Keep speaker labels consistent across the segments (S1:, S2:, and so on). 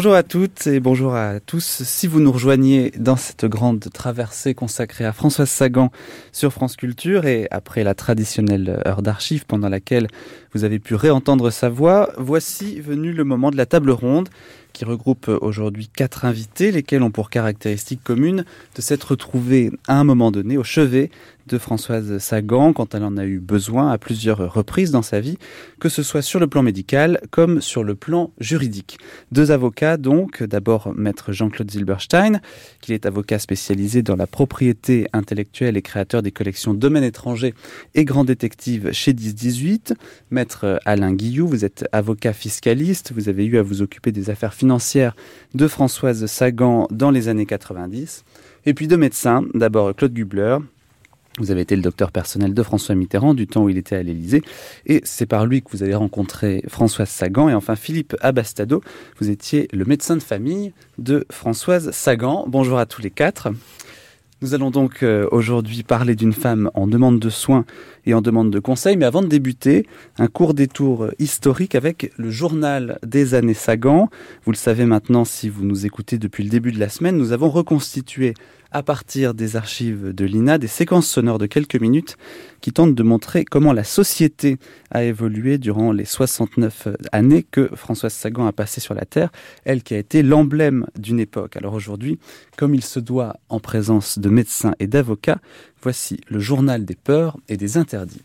S1: Bonjour à toutes et bonjour à tous. Si vous nous rejoignez dans cette grande traversée consacrée à Françoise Sagan sur France Culture et après la traditionnelle heure d'archives pendant laquelle vous avez pu réentendre sa voix, voici venu le moment de la table ronde qui regroupe aujourd'hui 4 invités, lesquels ont pour caractéristique commune de s'être retrouvés à un moment donné au chevet de Françoise Sagan quand elle en a eu besoin à plusieurs reprises dans sa vie, que ce soit sur le plan médical comme sur le plan juridique. 2 avocats donc, d'abord maître Jean-Claude Zilberstein, qui est avocat spécialisé dans la propriété intellectuelle et créateur des collections Domaine étranger et Grand Détective chez 10-18. Maître Alain Guillou, vous êtes avocat fiscaliste, vous avez eu à vous occuper des affaires financières de Françoise Sagan dans les années 90. Et puis 2 médecins, d'abord Claude Gubler. Vous avez été le docteur personnel de François Mitterrand du temps où il était à l'Élysée et c'est par lui que vous avez rencontré Françoise Sagan. Et enfin Philippe Abastado, vous étiez le médecin de famille de Françoise Sagan. Bonjour à tous les 4. Nous allons donc aujourd'hui parler d'une femme en demande de soins et en demande de conseils. Mais avant de débuter, un court détour historique avec le journal des années Sagan. Vous le savez maintenant si vous nous écoutez depuis le début de la semaine, nous avons reconstitué à partir des archives de l'INA, des séquences sonores de quelques minutes qui tentent de montrer comment la société a évolué durant les 69 années que Françoise Sagan a passé sur la Terre, elle qui a été l'emblème d'une époque. Alors aujourd'hui, comme il se doit en présence de médecins et d'avocats, voici le journal des peurs et des interdits.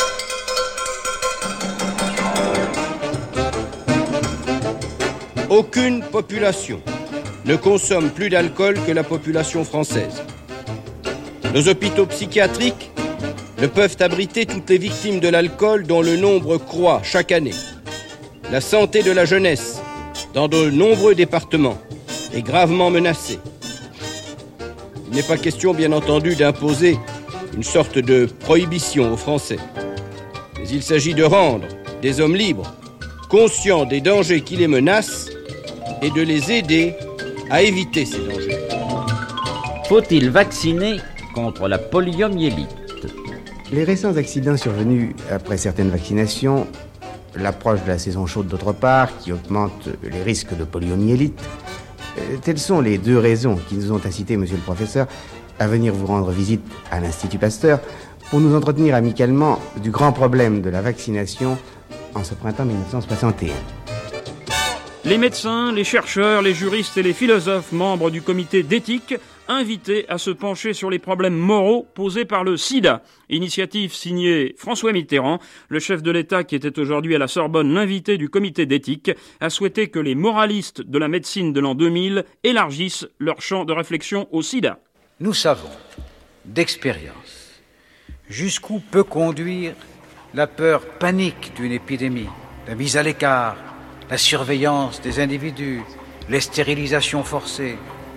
S2: Aucune population ne consomme plus d'alcool que la population française. Nos hôpitaux psychiatriques ne peuvent abriter toutes les victimes de l'alcool dont le nombre croît chaque année. La santé de la jeunesse, dans de nombreux départements, est gravement menacée. Il n'est pas question, bien entendu, d'imposer une sorte de prohibition aux Français. Mais il s'agit de rendre des hommes libres, conscients des dangers qui les menacent, et de les aider à éviter ces dangers.
S3: Faut-il vacciner contre la poliomyélite ?
S4: Les récents accidents survenus après certaines vaccinations, l'approche de la saison chaude d'autre part, qui augmente les risques de poliomyélite, telles sont les 2 raisons qui nous ont incité, monsieur le professeur, à venir vous rendre visite à l'Institut Pasteur pour nous entretenir amicalement du grand problème de la vaccination en ce printemps 1961.
S5: Les médecins, les chercheurs, les juristes et les philosophes membres du comité d'éthique invités à se pencher sur les problèmes moraux posés par le sida. Initiative signée François Mitterrand, le chef de l'État qui était aujourd'hui à la Sorbonne l'invité du comité d'éthique, a souhaité que les moralistes de la médecine de l'an 2000 élargissent leur champ de réflexion au sida.
S6: Nous savons d'expérience jusqu'où peut conduire la peur panique d'une épidémie, la mise à l'écart, la surveillance des individus, les stérilisations forcées.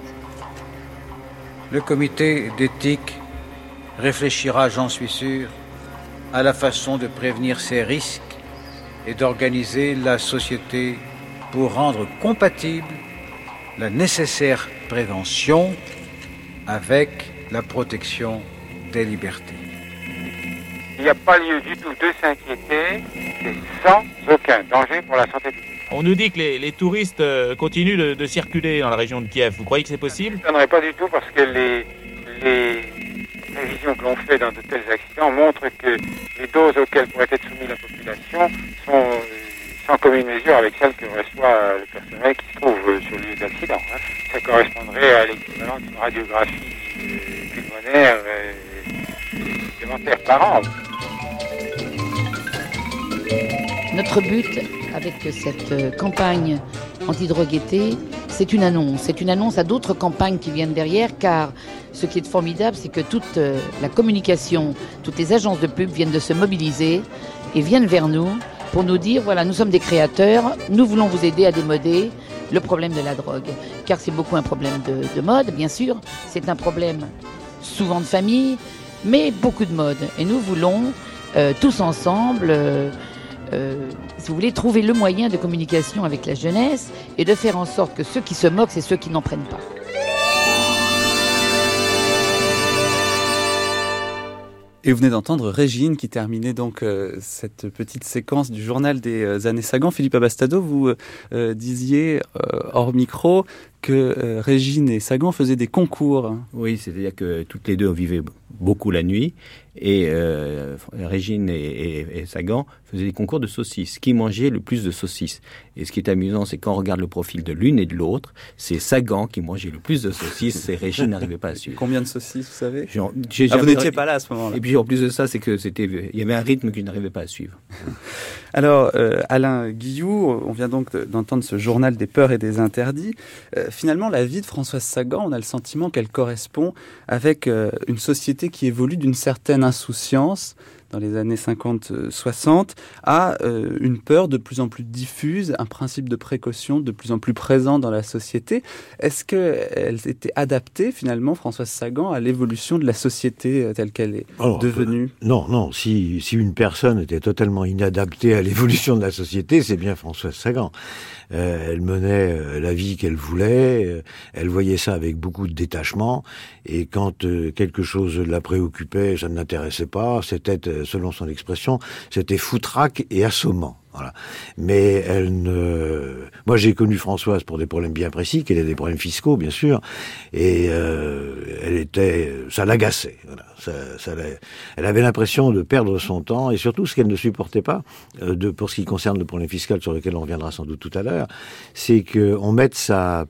S6: Le comité d'éthique réfléchira, j'en suis sûr, à la façon de prévenir ces risques et d'organiser la société pour rendre compatible la nécessaire prévention avec la protection des libertés.
S7: Il n'y a pas lieu du tout de s'inquiéter, c'est sans aucun danger pour la santé publique.
S8: On nous dit que les touristes continuent de circuler dans la région de Kiev. Vous croyez que c'est possible ?
S7: Ça n'aurait pas du tout parce que les prévisions que l'on fait dans de tels accidents montrent que les doses auxquelles pourrait être soumise la population sont sans commune mesure avec celles que reçoit le personnel qui se trouve sur le lieu d'accident. Ça correspondrait à l'équivalent d'une radiographie pulmonaire supplémentaire par an.
S9: Notre but avec cette campagne anti-drogue-été, c'est une annonce à d'autres campagnes qui viennent derrière, car ce qui est formidable, c'est que toute la communication, toutes les agences de pub viennent de se mobiliser et viennent vers nous pour nous dire, voilà, nous sommes des créateurs, nous voulons vous aider à démoder le problème de la drogue, car c'est beaucoup un problème de mode, bien sûr, c'est un problème souvent de famille, mais beaucoup de mode. Et nous voulons tous ensemble, si vous voulez, trouver le moyen de communication avec la jeunesse et de faire en sorte que ceux qui se moquent, c'est ceux qui n'en prennent pas.
S1: Et vous venez d'entendre Régine qui terminait donc cette petite séquence du journal des années Sagan. Philippe Abastado, vous disiez hors micro que Régine et Sagan faisaient des concours.
S10: Oui, c'est-à-dire que toutes les deux vivaient beaucoup la nuit et Régine et Sagan faisaient des concours de saucisses. Qui mangeait le plus de saucisses? Et ce qui est amusant, c'est quand on regarde le profil de l'une et de l'autre, c'est Sagan qui mangeait le plus de saucisses et Régine n'arrivait pas à suivre.
S1: Combien de saucisses, vous savez?
S10: Vous
S1: n'étiez pas là à ce moment-là.
S10: Et puis en plus de ça, c'est que il y avait un rythme que je n'arrivais pas à suivre.
S1: Alors, Alain Guillou, on vient donc d'entendre ce journal des peurs et des interdits. Finalement, la vie de Françoise Sagan, on a le sentiment qu'elle correspond avec une société qui évolue d'une certaine insouciance dans les années 50-60 à une peur de plus en plus diffuse, un principe de précaution de plus en plus présent dans la société. Est-ce qu'elle était adaptée finalement, Françoise Sagan, à l'évolution de la société telle qu'elle est devenue?
S11: Non. Si une personne était totalement inadaptée à l'évolution de la société, c'est bien Françoise Sagan. Elle menait la vie qu'elle voulait, elle voyait ça avec beaucoup de détachement, et quand quelque chose la préoccupait, ça ne l'intéressait pas, c'était, selon son expression, c'était foutraque et assommant. Voilà. Mais moi j'ai connu Françoise pour des problèmes bien précis, qu'elle a des problèmes fiscaux bien sûr, et ça l'agaçait. Voilà. Elle avait l'impression de perdre son temps, et surtout ce qu'elle ne supportait pas, pour ce qui concerne le problème fiscal sur lequel on reviendra sans doute tout à l'heure, c'est qu'on mette sa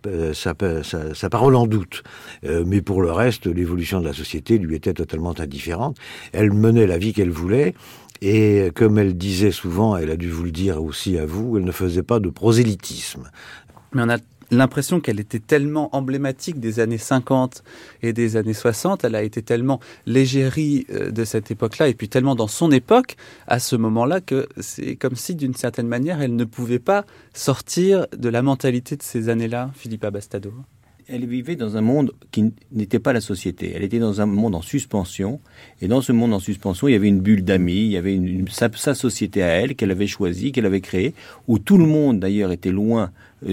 S11: parole en doute. Mais pour le reste, l'évolution de la société lui était totalement indifférente. Elle menait la vie qu'elle voulait. Et comme elle disait souvent, elle a dû vous le dire aussi à vous, elle ne faisait pas de prosélytisme.
S1: Mais on a l'impression qu'elle était tellement emblématique des années 50 et des années 60, elle a été tellement l'égérie de cette époque-là, et puis tellement dans son époque, à ce moment-là, que c'est comme si, d'une certaine manière, elle ne pouvait pas sortir de la mentalité de ces années-là, Philippe Abastado.
S10: Elle vivait dans un monde qui n'était pas la société. Elle était dans un monde en suspension. Et dans ce monde en suspension, il y avait une bulle d'amis, il y avait sa société à elle, qu'elle avait choisie, qu'elle avait créée, où tout le monde, d'ailleurs, était loin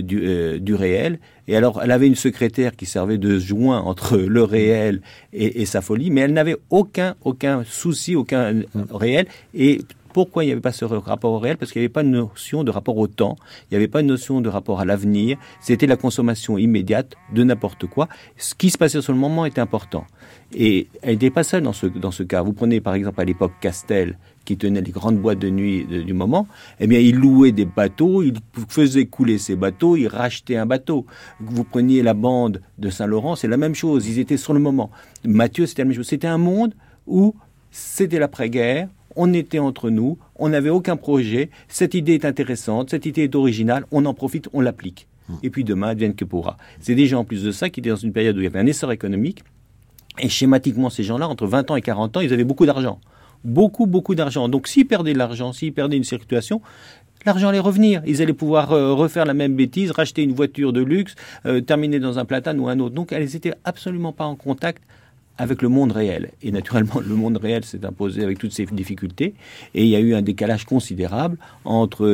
S10: du réel. Et alors, elle avait une secrétaire qui servait de joint entre le réel et sa folie, mais elle n'avait aucun souci, aucun réel. Et pourquoi il n'y avait pas ce rapport au réel? Parce qu'il n'y avait pas de notion de rapport au temps, il n'y avait pas de notion de rapport à l'avenir, c'était la consommation immédiate de n'importe quoi. Ce qui se passait sur le moment était important. Et elle n'était pas seule dans ce cas. Vous prenez par exemple à l'époque Castel, qui tenait les grandes boîtes de nuit du moment, eh bien il louait des bateaux, il faisait couler ses bateaux, il rachetait un bateau. Vous preniez la bande de Saint-Laurent, c'est la même chose, ils étaient sur le moment. Mathieu, c'était la même chose. C'était un monde où c'était l'après-guerre, on était entre nous, on n'avait aucun projet, cette idée est intéressante, cette idée est originale, on en profite, on l'applique. Et puis demain, advienne que pourra. C'est des gens en plus de ça qui étaient dans une période où il y avait un essor économique, et schématiquement ces gens-là, entre 20 ans et 40 ans, ils avaient beaucoup d'argent. Beaucoup d'argent. Donc s'ils perdaient de l'argent, s'ils perdaient une circulation, l'argent allait revenir. Ils allaient pouvoir refaire la même bêtise, racheter une voiture de luxe, terminer dans un platane ou un autre. Donc elles n'étaient absolument pas en contact avec le monde réel. Et naturellement, le monde réel s'est imposé avec toutes ses difficultés. Et il y a eu un décalage considérable entre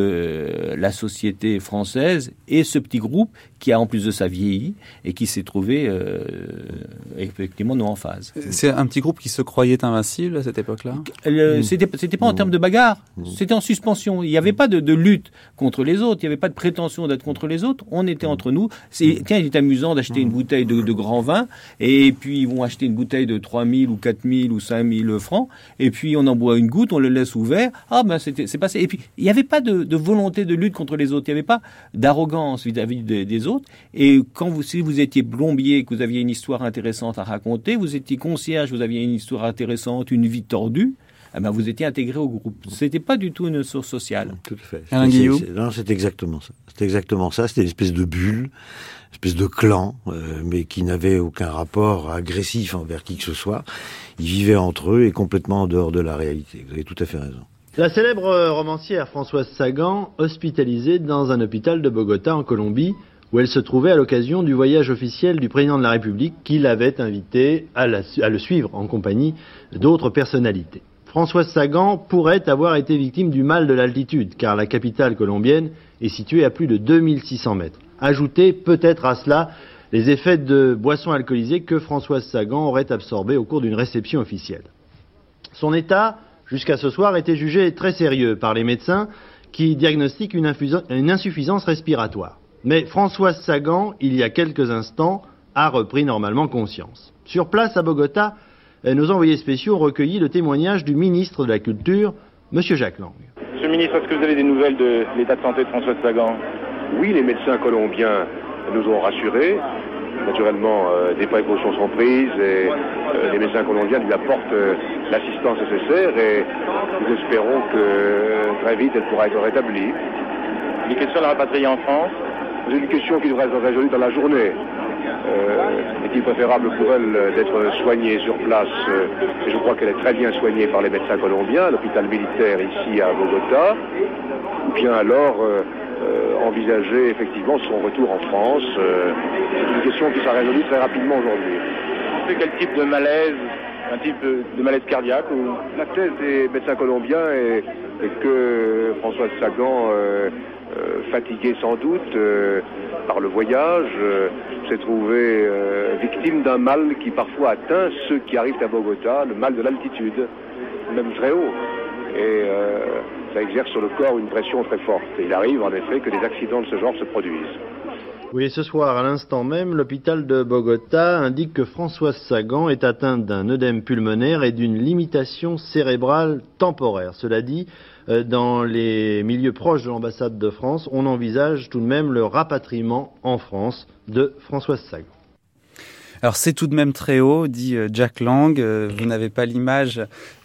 S10: la société française et ce petit groupe qui a en plus de ça vieilli et qui s'est trouvé effectivement non en phase.
S1: C'est un petit groupe qui se croyait invincible à cette époque-là?
S10: C'était pas en termes de bagarre, c'était en suspension. Il n'y avait pas de lutte contre les autres, il n'y avait pas de prétention d'être contre les autres. On était entre nous. Tiens, il est amusant d'acheter une bouteille de grand vin, et puis ils vont acheter une bouteille de 3 000 ou 4 000 ou 5 000 francs, et puis on en boit une goutte, on le laisse ouvert, c'est passé. Et puis il n'y avait pas de volonté de lutte contre les autres, il n'y avait pas d'arrogance vis-à-vis des autres. Et si vous étiez plombier, que vous aviez une histoire intéressante à raconter, vous étiez concierge, vous aviez une histoire intéressante, une vie tordue, vous étiez intégré au groupe. C'était pas du tout une source sociale.
S11: Tout à fait.
S1: Alain Guillou.
S11: Non, c'est exactement ça. C'était exactement ça. C'était une espèce de bulle, une espèce de clan, mais qui n'avait aucun rapport agressif envers qui que ce soit. Ils vivaient entre eux et complètement en dehors de la réalité. Vous avez tout à fait raison.
S12: La célèbre romancière Françoise Sagan, hospitalisée dans un hôpital de Bogota en Colombie, où elle se trouvait à l'occasion du voyage officiel du président de la République qui l'avait invitée à le suivre en compagnie d'autres personnalités. Françoise Sagan pourrait avoir été victime du mal de l'altitude, car la capitale colombienne est située à plus de 2600 mètres. Ajoutez peut-être à cela les effets de boissons alcoolisées que Françoise Sagan aurait absorbés au cours d'une réception officielle. Son état, jusqu'à ce soir, était jugé très sérieux par les médecins qui diagnostiquent une insuffisance respiratoire. Mais Françoise Sagan, il y a quelques instants, a repris normalement conscience. Sur place à Bogota, nos envoyés spéciaux ont recueilli le témoignage du ministre de la Culture, M. Jacques Lang.
S13: Monsieur le ministre, est-ce que vous avez des nouvelles de l'état de santé de Françoise Sagan?
S14: Oui, les médecins colombiens nous ont rassurés. Naturellement, des précautions sont prises et les médecins colombiens lui apportent l'assistance nécessaire et nous espérons que très vite elle pourra être rétablie.
S13: Les questions de la rapatrier en France?
S14: C'est une question qui devrait être résolue dans la journée. Est-il préférable pour elle d'être soignée sur place et je crois qu'elle est très bien soignée par les médecins colombiens à l'hôpital militaire ici à Bogota, ou bien alors envisager effectivement son retour en France. C'est une question qui sera résolue très rapidement aujourd'hui.
S13: C'est quel type de malaise? Un type de malaise cardiaque ou...
S14: La thèse des médecins colombiens est que Françoise Sagan, fatiguée sans doute par le voyage, s'est trouvée victime d'un mal qui parfois atteint ceux qui arrivent à Bogota, le mal de l'altitude, même très haut. Et ça exerce sur le corps une pression très forte. Et il arrive en effet que des accidents de ce genre se produisent.
S12: Oui, ce soir, à l'instant même, l'hôpital de Bogota indique que Françoise Sagan est atteinte d'un œdème pulmonaire et d'une limitation cérébrale temporaire. Cela dit, dans les milieux proches de l'ambassade de France, on envisage tout de même le rapatriement en France de Françoise Sagan.
S1: Alors c'est tout de même très haut, dit Jack Lang. Vous n'avez pas l'image,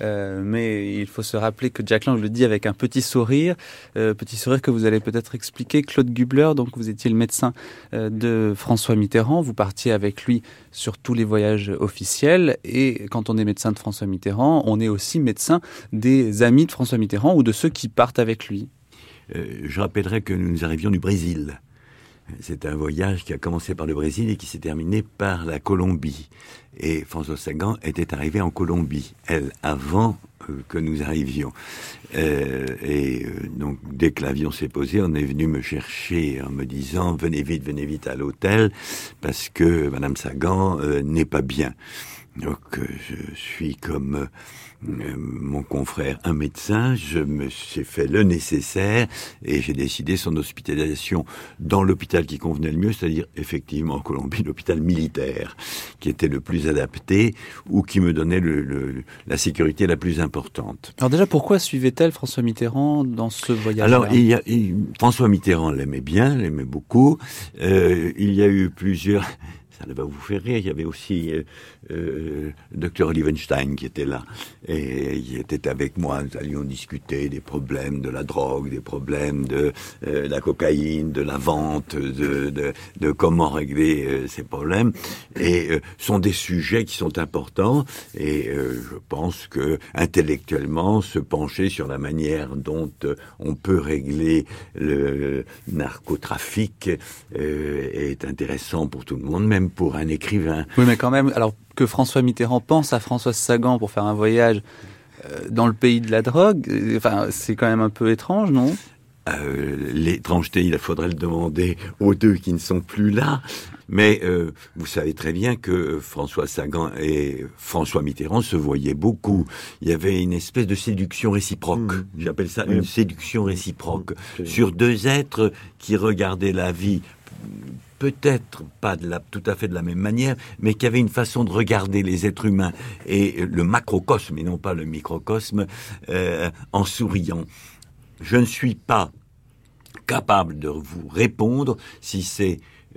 S1: mais il faut se rappeler que Jack Lang le dit avec un petit sourire que vous allez peut-être expliquer. Claude Gubler, donc vous étiez le médecin de François Mitterrand. Vous partiez avec lui sur tous les voyages officiels. Et quand on est médecin de François Mitterrand, on est aussi médecin des amis de François Mitterrand ou de ceux qui partent avec lui.
S11: Je rappellerai que nous arrivions du Brésil. C'est un voyage qui a commencé par le Brésil et qui s'est terminé par la Colombie. Et Françoise Sagan était arrivée en Colombie, elle, avant que nous arrivions. Donc, dès que l'avion s'est posé, on est venu me chercher en me disant « Venez vite à l'hôtel, parce que Madame Sagan n'est pas bien ». Donc, je suis comme mon confrère, un médecin, je me suis fait le nécessaire et j'ai décidé son hospitalisation dans l'hôpital qui convenait le mieux, c'est-à-dire effectivement en Colombie, l'hôpital militaire, qui était le plus adapté ou qui me donnait la sécurité la plus importante.
S1: Alors déjà, pourquoi suivait-elle François Mitterrand dans ce voyage-là?
S11: Alors, François Mitterrand l'aimait bien, l'aimait beaucoup. Il y a eu plusieurs... Ça va vous faire rire, il y avait aussi Dr Olivenstein qui était là et il était avec moi, nous allions discuter des problèmes de la drogue, des problèmes de la cocaïne, de la vente, de comment régler ces problèmes et sont des sujets qui sont importants et je pense que intellectuellement se pencher sur la manière dont on peut régler le narcotrafic est intéressant pour tout le monde, même pour un écrivain.
S1: Oui, mais quand même, alors que François Mitterrand pense à Françoise Sagan pour faire un voyage dans le pays de la drogue, c'est quand même un peu étrange, non?
S11: L'étrangeté, il faudrait le demander aux deux qui ne sont plus là. Mais vous savez très bien que François Sagan et François Mitterrand se voyaient beaucoup. Il y avait une espèce de séduction réciproque. J'appelle ça une séduction réciproque. Sur deux êtres qui regardaient la vie peut-être pas tout à fait de la même manière, mais qui avait une façon de regarder les êtres humains et le macrocosme, et non pas le microcosme, en souriant. Je ne suis pas capable de vous répondre si c'est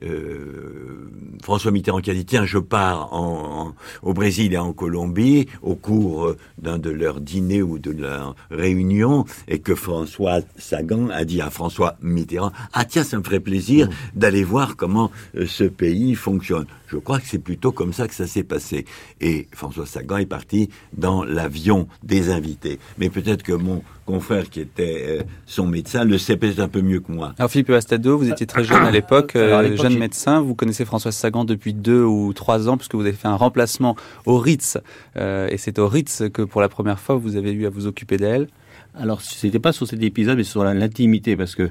S11: François Mitterrand qui a dit « Tiens, je pars au Brésil et en Colombie au cours d'un de leurs dîners ou de leur réunion et que François Sagan a dit à François Mitterrand « Ah tiens, ça me ferait plaisir d'aller voir comment ce pays fonctionne. » Je crois que c'est plutôt comme ça que ça s'est passé. Et François Sagan est parti dans l'avion des invités. Mais peut-être que mon confrère qui était son médecin le sait peut-être un peu mieux que moi.
S1: Alors Philippe Bastado, vous étiez très jeune à l'époque, jeune médecin, vous connaissez Françoise Sagan depuis 2 ou 3 ans puisque vous avez fait un remplacement au Ritz. Et c'est au Ritz que pour la première fois vous avez eu à vous occuper d'elle.
S10: Alors c'était pas sur cet épisode mais sur l'intimité parce que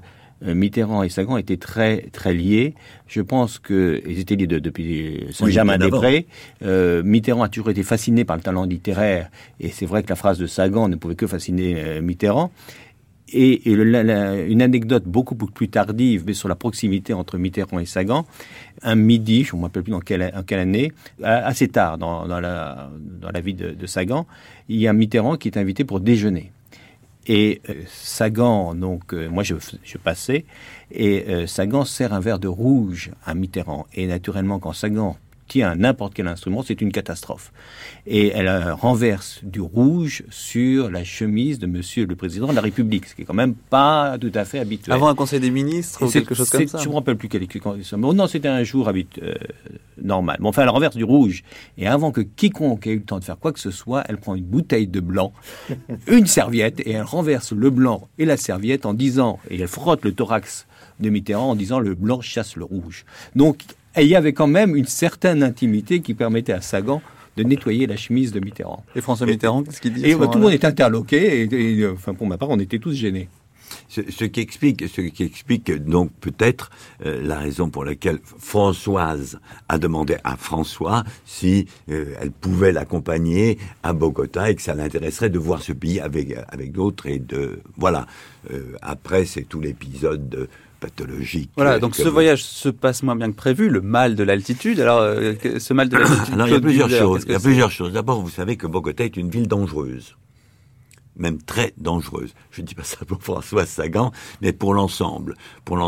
S10: Mitterrand et Sagan étaient très très liés. Je pense qu'ils étaient liés depuis Saint-Germain-des-Prés. Mitterrand a toujours été fasciné par le talent littéraire, et c'est vrai que la phrase de Sagan ne pouvait que fasciner Mitterrand. Et une anecdote beaucoup plus tardive, mais sur la proximité entre Mitterrand et Sagan, un midi, je ne me rappelle plus en quelle année, assez tard dans la vie de Sagan, il y a Mitterrand qui est invité pour déjeuner. Et Sagan, donc, moi je passais, et Sagan sert un verre de rouge à Mitterrand. Et naturellement, quand Sagan tient n'importe quel instrument, c'est une catastrophe. Et elle renverse du rouge sur la chemise de Monsieur le Président de la République, ce qui est quand même pas tout à fait habituel.
S1: Avant un Conseil des ministres ou quelque chose comme ça.
S10: Je ne me rappelle plus non, c'était un jour normal. Bon, enfin, elle renverse du rouge. Et avant que quiconque ait eu le temps de faire quoi que ce soit, elle prend une bouteille de blanc, une serviette, et elle renverse le blanc et la serviette en disant, et elle frotte le thorax de Mitterrand en disant « le blanc chasse le rouge ». Donc, il y avait quand même une certaine intimité qui permettait à Sagan de nettoyer la chemise de Mitterrand.
S1: Et François Mitterrand, qu'est-ce qu'il dit?
S10: Et tout le monde est interloqué, et enfin, pour ma part, on était tous gênés.
S15: Ce qui explique donc peut-être la raison pour laquelle Françoise a demandé à François si elle pouvait l'accompagner à Bogota et que ça l'intéresserait de voir ce pays avec d'autres et de voilà. Après, c'est tout l'épisode pathologique.
S1: Voilà, donc ce voyage se passe moins bien que prévu, le mal de l'altitude. Alors, ce mal de l'altitude...
S15: Alors, il y a plusieurs choses. D'abord, vous savez que Bogota est une ville dangereuse. Même très dangereuse. Je ne dis pas ça pour François Sagan, mais pour l'ensemble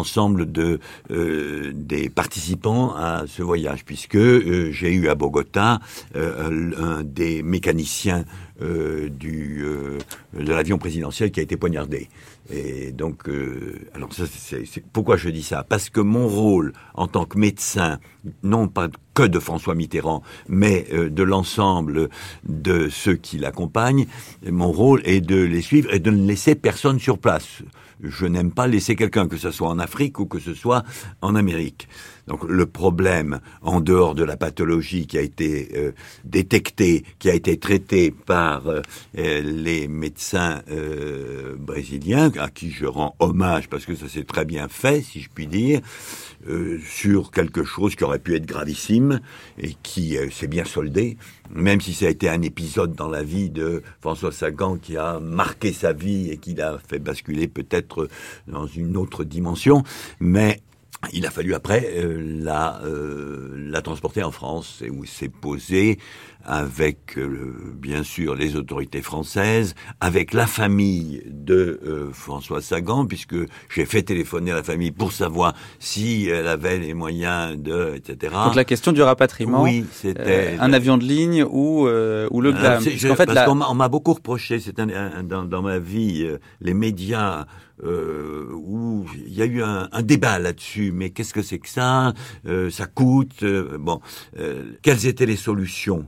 S15: des participants à ce voyage, puisque j'ai eu à Bogota un des mécaniciens de l'avion présidentiel qui a été poignardé. Et donc, alors ça, c'est pourquoi je dis ça, parce que mon rôle en tant que médecin, non pas que de François Mitterrand, mais de l'ensemble de ceux qui l'accompagnent, mon rôle est de les suivre et de ne laisser personne sur place. Je n'aime pas laisser quelqu'un, que ce soit en Afrique ou que ce soit en Amérique. Donc le problème, en dehors de la pathologie qui a été détectée, qui a été traitée par les médecins brésiliens, à qui je rends hommage parce que ça s'est très bien fait, si je puis dire, sur quelque chose qui aurait pu être gravissime et qui s'est bien soldé, même si ça a été un épisode dans la vie de François Sagan qui a marqué sa vie et qui l'a fait basculer peut-être dans une autre dimension, mais il a fallu après la transporter en France, où s'est posé avec bien sûr les autorités françaises, avec la famille de François Sagan, puisque j'ai fait téléphoner à la famille pour savoir si elle avait les moyens de, etc.
S1: Donc la question du rapatriement,
S15: oui, c'était
S1: un avion de ligne ou le GLAM.
S15: On m'a beaucoup reproché, c'est dans ma vie, les médias, où il y a eu un débat là-dessus. Mais qu'est-ce que c'est que ça? Ça coûte. Quelles étaient les solutions?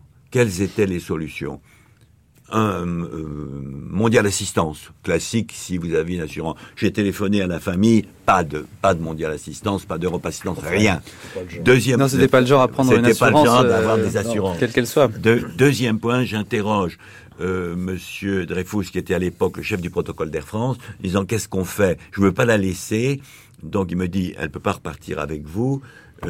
S15: Mondial Assistance, classique, si vous avez une assurance. J'ai téléphoné à la famille, pas de Mondial Assistance, pas d'Europe Assistance, rien.
S1: Non, c'était pas le genre à prendre une assurance.
S15: C'était pas le genre d'avoir des assurances.
S1: Quelle qu'elle soit.
S15: Deuxième point, j'interroge Monsieur Dreyfus, qui était à l'époque le chef du protocole d'Air France, disant qu'est-ce qu'on fait? Je veux pas la laisser. Donc il me dit, elle peut pas repartir avec vous.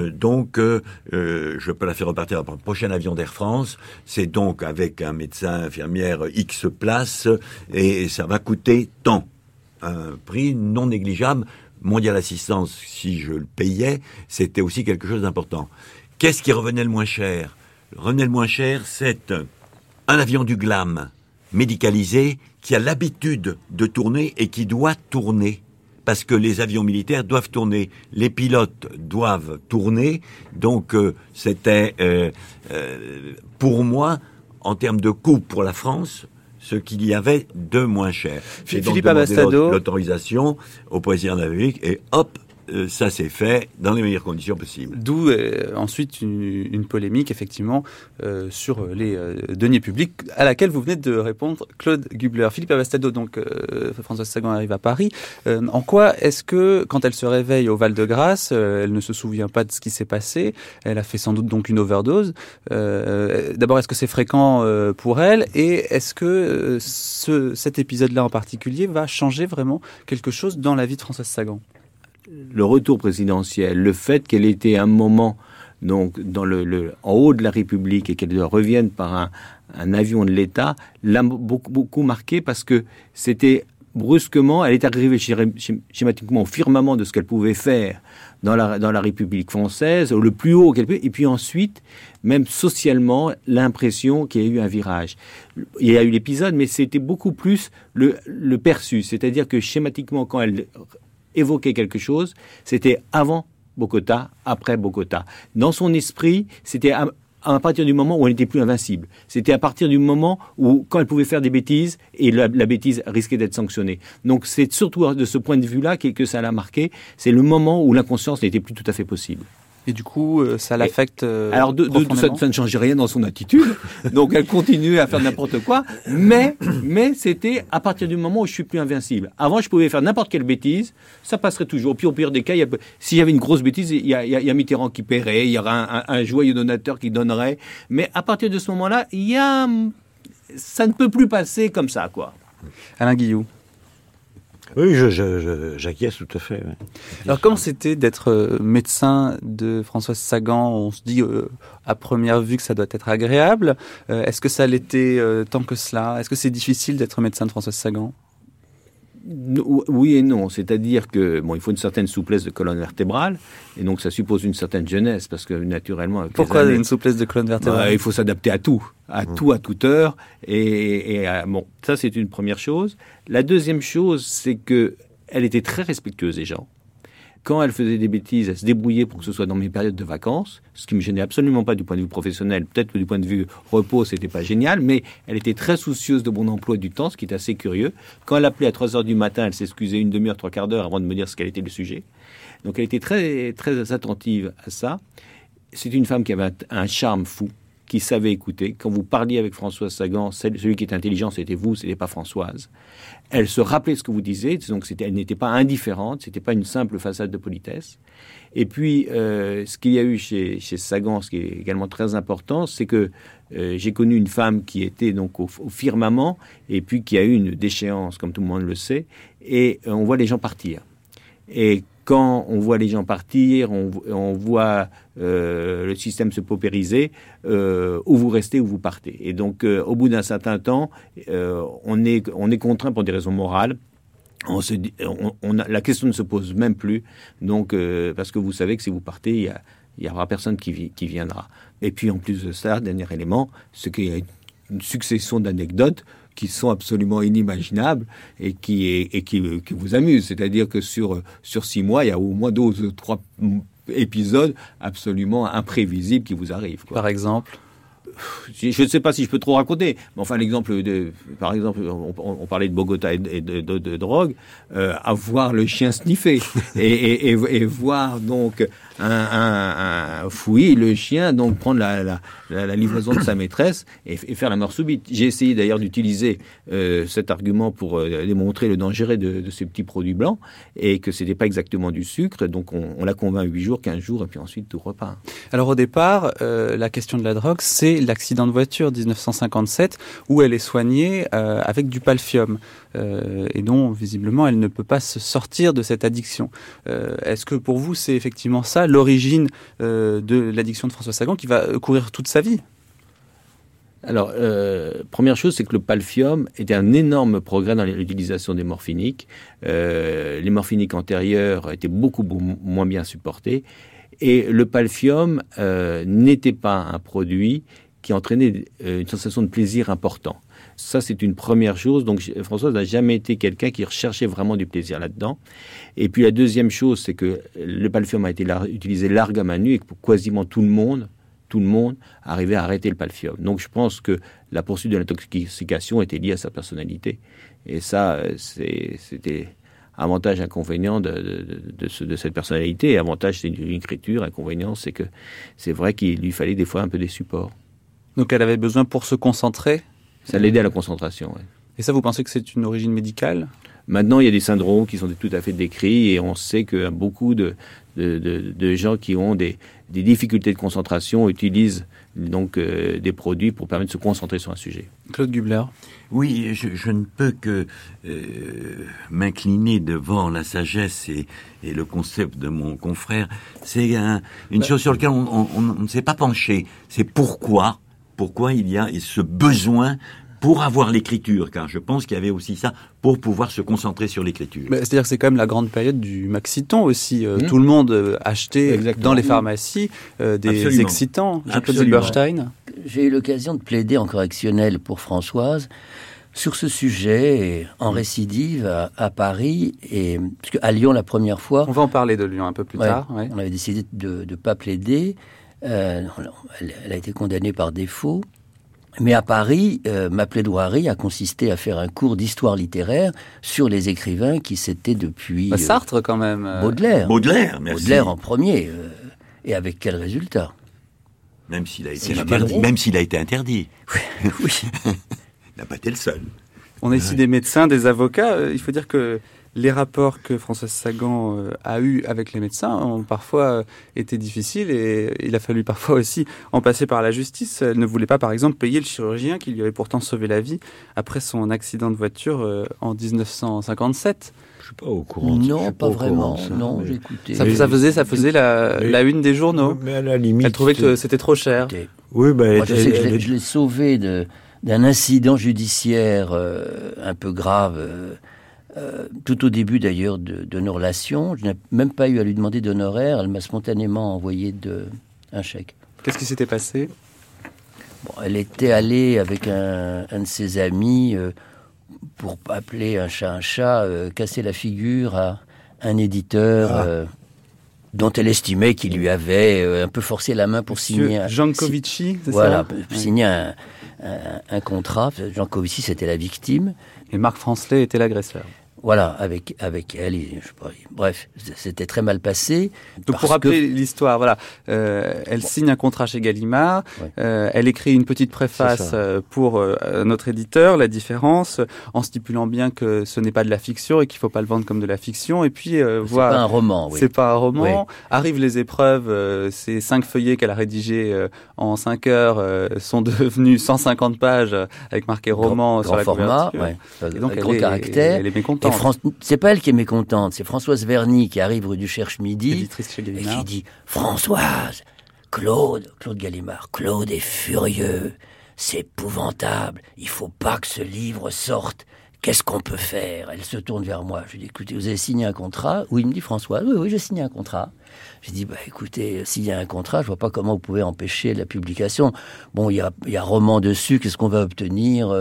S15: Je peux la faire repartir dans le prochain avion d'Air France. C'est donc avec un médecin, infirmière, X places, et ça va coûter tant. Un prix non négligeable. Mondial Assistance, si je le payais, c'était aussi quelque chose d'important. Qu'est-ce qui revenait le moins cher? Revenait le moins cher, c'est un avion du GLAM médicalisé qui a l'habitude de tourner et qui doit tourner. Parce que les avions militaires doivent tourner, les pilotes doivent tourner, donc c'était pour moi, en termes de coût pour la France, ce qu'il y avait de moins cher. J'ai donc demandé l'autorisation au président de la République et hop, ça s'est fait dans les meilleures conditions possibles.
S1: D'où ensuite une polémique, effectivement, sur les deniers publics, à laquelle vous venez de répondre, Claude Gubler. Philippe Abastado, donc Françoise Sagan arrive à Paris. En quoi est-ce que, quand elle se réveille au Val-de-Grâce, elle ne se souvient pas de ce qui s'est passé? Elle a fait sans doute donc une overdose. D'abord, est-ce que c'est fréquent pour elle? Et est-ce que cet épisode-là en particulier va changer vraiment quelque chose dans la vie de Françoise Sagan?
S10: le retour présidentiel, le fait qu'elle était à un moment donc en haut de la République et qu'elle revienne par un avion de l'État, l'a beaucoup marqué parce que c'était brusquement, elle est arrivée schématiquement au firmament de ce qu'elle pouvait faire dans la République française, le plus haut qu'elle peut, et puis ensuite, même socialement, l'impression qu'il y a eu un virage. Il y a eu l'épisode, mais c'était beaucoup plus le perçu, c'est-à-dire que schématiquement, quand elle évoquait quelque chose, c'était avant Bogota, après Bogota. Dans son esprit, c'était à partir du moment où elle n'était plus invincible. C'était à partir du moment où, quand elle pouvait faire des bêtises, et la bêtise risquait d'être sanctionnée. Donc c'est surtout de ce point de vue-là que ça l'a marqué. C'est le moment où l'inconscience n'était plus tout à fait possible.
S1: Et du coup, ça l'affecte
S10: alors, ça ne changeait rien dans son attitude. Donc, elle continuait à faire n'importe quoi. Mais c'était à partir du moment où je suis plus invincible. Avant, je pouvais faire n'importe quelle bêtise. Ça passerait toujours. Puis, au pire des cas, s'il y avait une grosse bêtise, il y a Mitterrand qui paierait. Il y aura un joyeux donateur qui donnerait. Mais à partir de ce moment-là, ça ne peut plus passer comme ça, quoi.
S1: Alain Guillou.
S11: Oui, j'acquiesce tout à fait. Oui.
S1: Alors, comment c'était d'être médecin de Françoise Sagan? On se dit à première vue que ça doit être agréable. Est-ce que ça l'était tant que cela? Est-ce que c'est difficile d'être médecin de Françoise Sagan?
S10: Oui et non, c'est-à-dire que il faut une certaine souplesse de colonne vertébrale et donc ça suppose une certaine jeunesse parce que naturellement.
S1: Pourquoi une souplesse de colonne vertébrale?
S10: Il faut s'adapter à tout, à toute heure et ça c'est une première chose. La deuxième chose, c'est que elle était très respectueuse des gens. Quand elle faisait des bêtises, elle se débrouillait pour que ce soit dans mes périodes de vacances, ce qui me gênait absolument pas du point de vue professionnel. Peut-être que du point de vue repos, c'était pas génial, mais elle était très soucieuse de mon emploi du temps, ce qui est assez curieux. Quand elle appelait à 3h du matin, elle s'excusait une demi-heure, 3/4 d'heure avant de me dire ce qu'elle était le sujet. Donc elle était très, très attentive à ça. C'est une femme qui avait un charme fou, qui savait écouter. Quand vous parliez avec Françoise Sagan, celui qui était intelligent, c'était vous, c'était pas Françoise. Elle se rappelait ce que vous disiez, donc elle n'était pas indifférente, c'était pas une simple façade de politesse. Et puis, ce qu'il y a eu chez Sagan, ce qui est également très important, c'est que j'ai connu une femme qui était donc au firmament, et puis qui a eu une déchéance, comme tout le monde le sait, et on voit les gens partir. Et quand on voit les gens partir, on voit le système se paupériser, où vous restez, où vous partez. Et donc, au bout d'un certain temps, on est contraint pour des raisons morales. La question ne se pose même plus. Donc, parce que vous savez que si vous partez, il y aura personne qui viendra. Et puis, en plus de ça, dernier élément, c'est qu'il y a une succession d'anecdotes qui sont absolument inimaginables et qui vous amusent. C'est-à-dire que sur 6 mois, il y a au moins 2 ou 3 épisodes absolument imprévisibles qui vous arrivent, quoi.
S1: Par exemple?
S10: Je ne sais pas si je peux trop raconter, mais enfin par exemple, on parlait de Bogota et de drogue, à voir le chien sniffer et voir donc un fouiller le chien, donc prendre la livraison de sa maîtresse et faire la mort subite. J'ai essayé d'ailleurs d'utiliser cet argument pour démontrer le danger de ces petits produits blancs et que c'était pas exactement du sucre, donc on l'a convaincu 8 jours, 15 jours et puis ensuite tout repart.
S1: Alors au départ, la question de la drogue, c'est l'accident de voiture 1957 où elle est soignée avec du palfium et dont visiblement elle ne peut pas se sortir de cette addiction. Est-ce que pour vous c'est effectivement ça l'origine de l'addiction de Françoise Sagan qui va courir toute sa vie?
S10: Alors, première chose, c'est que le palfium était un énorme progrès dans l'utilisation des morphiniques. Les morphiniques antérieures étaient beaucoup moins bien supportées. Et le palfium n'était pas un produit qui entraînait une sensation de plaisir important. Ça, c'est une première chose. Donc, Françoise n'a jamais été quelqu'un qui recherchait vraiment du plaisir là-dedans. Et puis, la deuxième chose, c'est que le palfium a été utilisé large à main nue et que quasiment tout le monde arrivait à arrêter le palfium. Donc, je pense que la poursuite de l'intoxication était liée à sa personnalité. Et ça, c'était avantage, inconvénient de cette personnalité. Avantage, c'est une écriture. Inconvénient, c'est que c'est vrai qu'il lui fallait des fois un peu des supports.
S1: Donc, elle avait besoin pour se concentrer?
S10: Ça l'aidait à la concentration, oui.
S1: Et ça, vous pensez que c'est une origine médicale?
S10: Maintenant, il y a des syndromes qui sont tout à fait décrits et on sait que beaucoup de gens qui ont des difficultés de concentration utilisent donc des produits pour permettre de se concentrer sur un sujet.
S1: Claude Gubler.
S15: Oui, je ne peux que m'incliner devant la sagesse et le concept de mon confrère. C'est une chose sur laquelle on ne s'est pas penché. C'est pourquoi il y a ce besoin pour avoir l'écriture, car je pense qu'il y avait aussi ça pour pouvoir se concentrer sur l'écriture.
S1: C'est-à-dire que c'est quand même la grande période du maxiton aussi. Tout le monde achetait dans les pharmacies des excitants. Jean-Claude Silberstein.
S16: J'ai eu l'occasion de plaider en correctionnel pour Françoise sur ce sujet en récidive à Paris et parce qu'à Lyon la première fois.
S1: On va en parler de Lyon un peu plus tard.
S16: Ouais. On avait décidé de ne pas plaider. Elle a été condamnée par défaut. Mais à Paris, ma plaidoirie a consisté à faire un cours d'histoire littéraire sur les écrivains qui s'étaient depuis...
S1: Sartre quand même.
S16: Baudelaire,
S15: merci.
S16: Baudelaire en premier. Et avec quel résultat?
S15: Même s'il a été interdit.
S16: Oui.
S15: Il n'a pas été le seul.
S1: On a ici des médecins, des avocats. Il faut dire que les rapports que Françoise Sagan a eus avec les médecins ont parfois été difficiles et il a fallu parfois aussi en passer par la justice. Elle ne voulait pas, par exemple, payer le chirurgien qui lui avait pourtant sauvé la vie après son accident de voiture en 1957.
S11: Je suis pas au courant.
S16: Non, pas vraiment. Non, j'ai écouté.
S1: Ça faisait la une des journaux.
S11: Mais à la limite,
S1: elle trouvait que c'était trop cher.
S11: Oui,
S16: moi, je sais que je l'ai sauvé d'un incident judiciaire un peu grave. Tout au début d'ailleurs de nos relations, je n'ai même pas eu à lui demander d'honoraires, elle m'a spontanément envoyé un chèque.
S1: Qu'est-ce qui s'était passé?
S16: Elle était allée avec un de ses amis, pour appeler un chat, casser la figure à un éditeur dont elle estimait qu'il lui avait un peu forcé la main pour signer...
S1: Jancovici, c'est
S16: ça? Voilà, signer un contrat. Jancovici, c'était la victime.
S1: Et Marc Francelet était l'agresseur.
S16: Voilà, avec elle, je sais pas, bref, c'était très mal passé.
S1: Donc pour rappeler l'histoire, voilà, elle signe un contrat chez Gallimard, elle écrit une petite préface pour notre éditeur, La Différence, en stipulant bien que ce n'est pas de la fiction et qu'il faut pas le vendre comme de la fiction. Et puis
S16: c'est pas un roman.
S1: C'est pas un roman. Oui. Arrivent les épreuves, ces 5 feuillets qu'elle a rédigés en 5 heures sont devenus 150 pages avec marqué roman sur la
S16: format,
S1: couverture. Et donc
S16: gros caractère.
S1: Elle est mécontente.
S16: C'est pas elle qui est mécontente, c'est Françoise Verny qui arrive rue du Cherche-Midi et qui dit « Françoise, Claude Gallimard, Claude est furieux, c'est épouvantable, il faut pas que ce livre sorte, qu'est-ce qu'on peut faire ?» Elle se tourne vers moi, je lui dis « Écoutez, vous avez signé un contrat ?» Oui, il me dit « Françoise, oui, j'ai signé un contrat. » J'ai dit, écoutez, s'il y a un contrat, je vois pas comment vous pouvez empêcher la publication. Bon, il y a roman dessus, qu'est-ce qu'on va obtenir?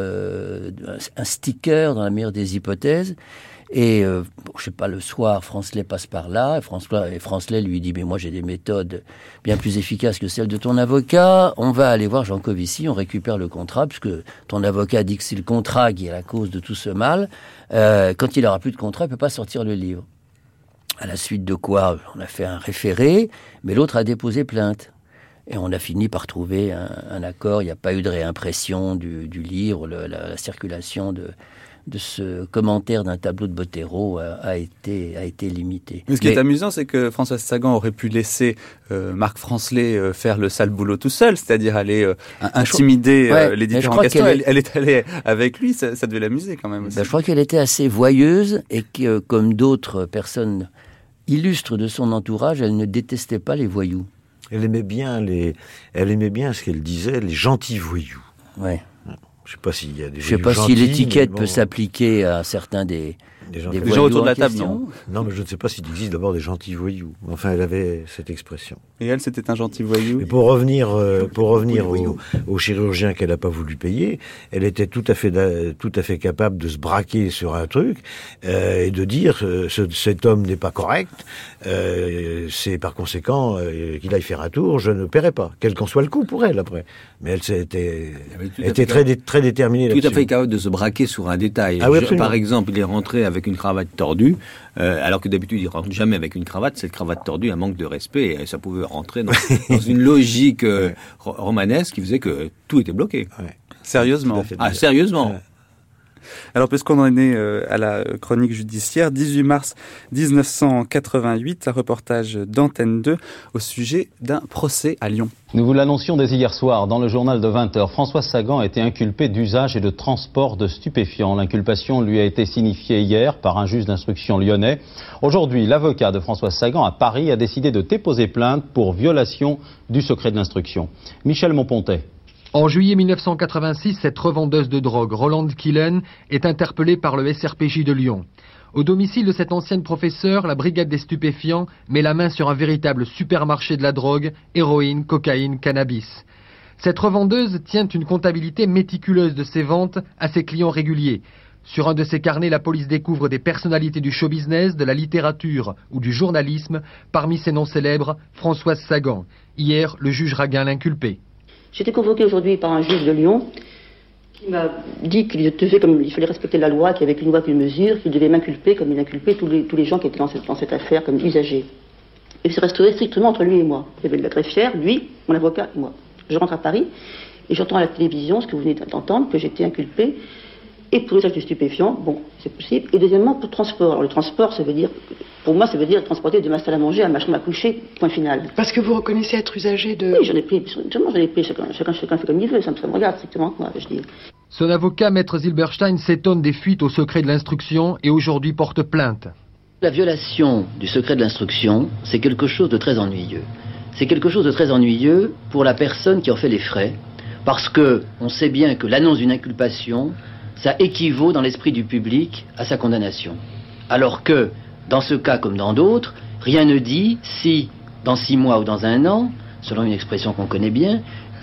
S16: Un sticker dans la meilleure des hypothèses. Et, je sais pas, le soir, Francelet passe par là, et Francelet lui dit, mais moi j'ai des méthodes bien plus efficaces que celles de ton avocat. On va aller voir Jancovici, on récupère le contrat, puisque ton avocat dit que c'est le contrat qui est la cause de tout ce mal. Quand il aura plus de contrat, il peut pas sortir le livre. À la suite de quoi, on a fait un référé, mais l'autre a déposé plainte. Et on a fini par trouver un accord. Il n'y a pas eu de réimpression du livre. La circulation de ce commentaire d'un tableau de Bottero a été limitée.
S1: Mais ce qui est amusant, c'est que Françoise Sagan aurait pu laisser Marc Francelet faire le sale boulot tout seul, c'est-à-dire aller intimider les différents questions. Elle est allée avec lui, ça devait l'amuser quand même aussi.
S16: Je crois qu'elle était assez voyeuse et que, comme d'autres personnes illustre de son entourage, elle ne détestait pas les voyous.
S11: Elle aimait bien ce qu'elle disait, les gentils voyous.
S16: Ouais.
S11: Je sais pas s'il y a des.
S16: Je sais pas si l'étiquette peut s'appliquer à certains des
S1: gens autour de la table, non.
S11: Non, mais je ne sais pas s'il existe d'abord des gentils voyous. Enfin, elle avait cette expression.
S1: Et elle, c'était un gentil voyou.
S11: Mais pour revenir au chirurgien qu'elle n'a pas voulu payer, elle était tout à fait capable de se braquer sur un truc et de dire cet homme n'est pas correct. C'est par conséquent qu'il aille faire un tour. Je ne paierai pas, quel qu'en soit le coût pour elle après. Mais elle était très déterminée là-dessus.
S10: Tout à fait capable de se braquer sur un détail.
S11: Ah oui,
S10: par exemple, il est rentré avec une cravate tordue, alors que d'habitude il rentre jamais avec une cravate. Cette cravate tordue, un manque de respect, et ça pouvait rentrer dans une logique romanesque qui faisait que tout était bloqué.
S1: Ouais. Sérieusement.
S10: Sérieusement.
S1: Alors, puisqu'on en est à la chronique judiciaire, 18 mars 1988, un reportage d'Antenne 2 au sujet d'un procès à Lyon.
S17: Nous vous l'annoncions dès hier soir dans le journal de 20h. François Sagan a été inculpé d'usage et de transport de stupéfiants. L'inculpation lui a été signifiée hier par un juge d'instruction lyonnais. Aujourd'hui, l'avocat de François Sagan à Paris a décidé de déposer plainte pour violation du secret de l'instruction. Michel Monpontet.
S18: En juillet 1986, cette revendeuse de drogue, Rolande Killen, est interpellée par le SRPJ de Lyon. Au domicile de cette ancienne professeure, la brigade des stupéfiants met la main sur un véritable supermarché de la drogue, héroïne, cocaïne, cannabis. Cette revendeuse tient une comptabilité méticuleuse de ses ventes à ses clients réguliers. Sur un de ses carnets, la police découvre des personnalités du show business, de la littérature ou du journalisme. Parmi ces noms célèbres, Françoise Sagan. Hier, le juge Raguin l'inculpait.
S19: J'ai été convoqué aujourd'hui par un juge de Lyon qui m'a dit qu'il fallait respecter la loi, qu'il n'y avait qu'une loi, qu'une mesure, qu'il devait m'inculper comme il inculpait tous les gens qui étaient dans cette affaire comme usagers. Et c'est resté strictement entre lui et moi. Il y avait la greffière, lui, mon avocat et moi. Je rentre à Paris et j'entends à la télévision ce que vous venez d'entendre, que j'étais inculpé. Et pour l'usage de stupéfiants, bon, c'est possible. Et deuxièmement, pour le transport. Alors le transport, pour moi, ça veut dire transporter de ma salle à manger à ma chambre à coucher, point final.
S20: Parce que vous reconnaissez être usager de...
S19: Oui, j'en ai pris, chacun fait comme il veut, ça me regarde strictement, moi, je dis.
S18: Son avocat, Maître Zilberstein, s'étonne des fuites au secret de l'instruction et aujourd'hui porte plainte.
S16: La violation du secret de l'instruction, c'est quelque chose de très ennuyeux. C'est quelque chose de très ennuyeux pour la personne qui en fait les frais, parce que on sait bien que l'annonce d'une inculpation, ça équivaut dans l'esprit du public à sa condamnation. Alors que, dans ce cas comme dans d'autres, rien ne dit si, dans 6 mois ou dans 1 an, selon une expression qu'on connaît bien,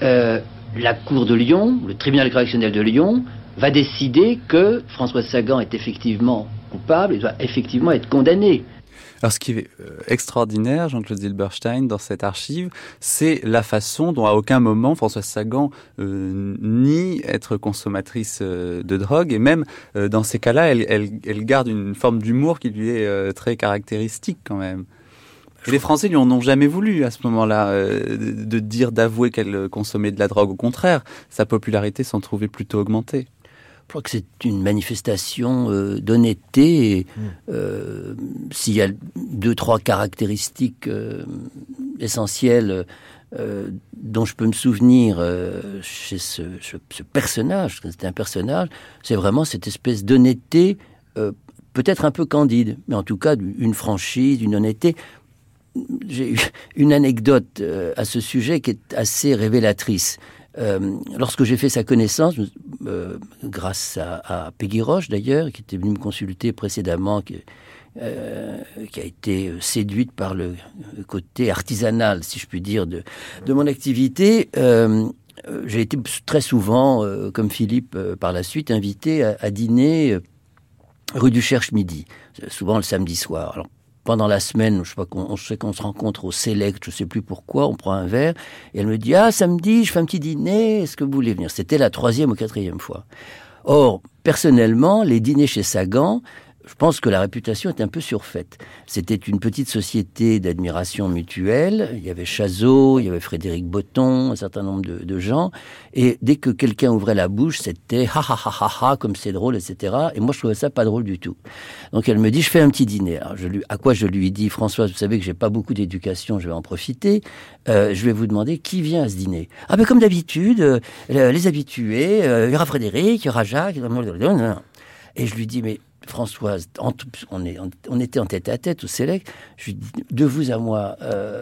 S16: la Cour de Lyon, le tribunal correctionnel de Lyon, va décider que Françoise Sagan est effectivement coupable et doit effectivement être condamné.
S1: Alors, ce qui est extraordinaire, Jean-Claude Zilberstein, dans cette archive, c'est la façon dont, à aucun moment, Françoise Sagan nie être consommatrice de drogue. Et même, dans ces cas-là, elle garde une forme d'humour qui lui est très caractéristique, quand même. Et les Français lui en ont jamais voulu, à ce moment-là, d'avouer qu'elle consommait de la drogue. Au contraire, sa popularité s'en trouvait plutôt augmentée.
S16: Je crois que c'est une manifestation d'honnêteté. S'il y a 2-3 caractéristiques essentielles dont je peux me souvenir chez ce personnage, parce que c'était un personnage, c'est vraiment cette espèce d'honnêteté, peut-être un peu candide, mais en tout cas une franchise, une honnêteté. J'ai eu une anecdote à ce sujet qui est assez révélatrice. Lorsque j'ai fait sa connaissance, grâce à Peggy Roche d'ailleurs, qui était venue me consulter précédemment, qui a été séduite par le côté artisanal, si je puis dire, de mon activité, j'ai été très souvent, comme Philippe par la suite, invité à dîner rue du Cherche-Midi, souvent le samedi soir. Alors, pendant la semaine, je sais qu'on se rencontre au Select, je ne sais plus pourquoi, on prend un verre, et elle me dit « Ah, samedi, je fais un petit dîner, est-ce que vous voulez venir ?» C'était la 3e ou 4e fois. Or, personnellement, les dîners chez Sagan, je pense que la réputation est un peu surfaite. C'était une petite société d'admiration mutuelle, il y avait Chazot, il y avait Frédéric Botton, un certain nombre de gens, et dès que quelqu'un ouvrait la bouche, c'était « ha ha ha ha ha », comme c'est drôle, etc. Et moi, je trouvais ça pas drôle du tout. Donc elle me dit « je fais un petit dîner ». Alors, à quoi je lui dis « Françoise, vous savez que j'ai pas beaucoup d'éducation, je vais en profiter, je vais vous demander qui vient à ce dîner ». « Ah ben comme d'habitude, les habitués, il y aura Frédéric, il y aura Jacques, et je lui dis « mais Françoise, on était en tête-à-tête au Select, je lui dis, de vous à moi,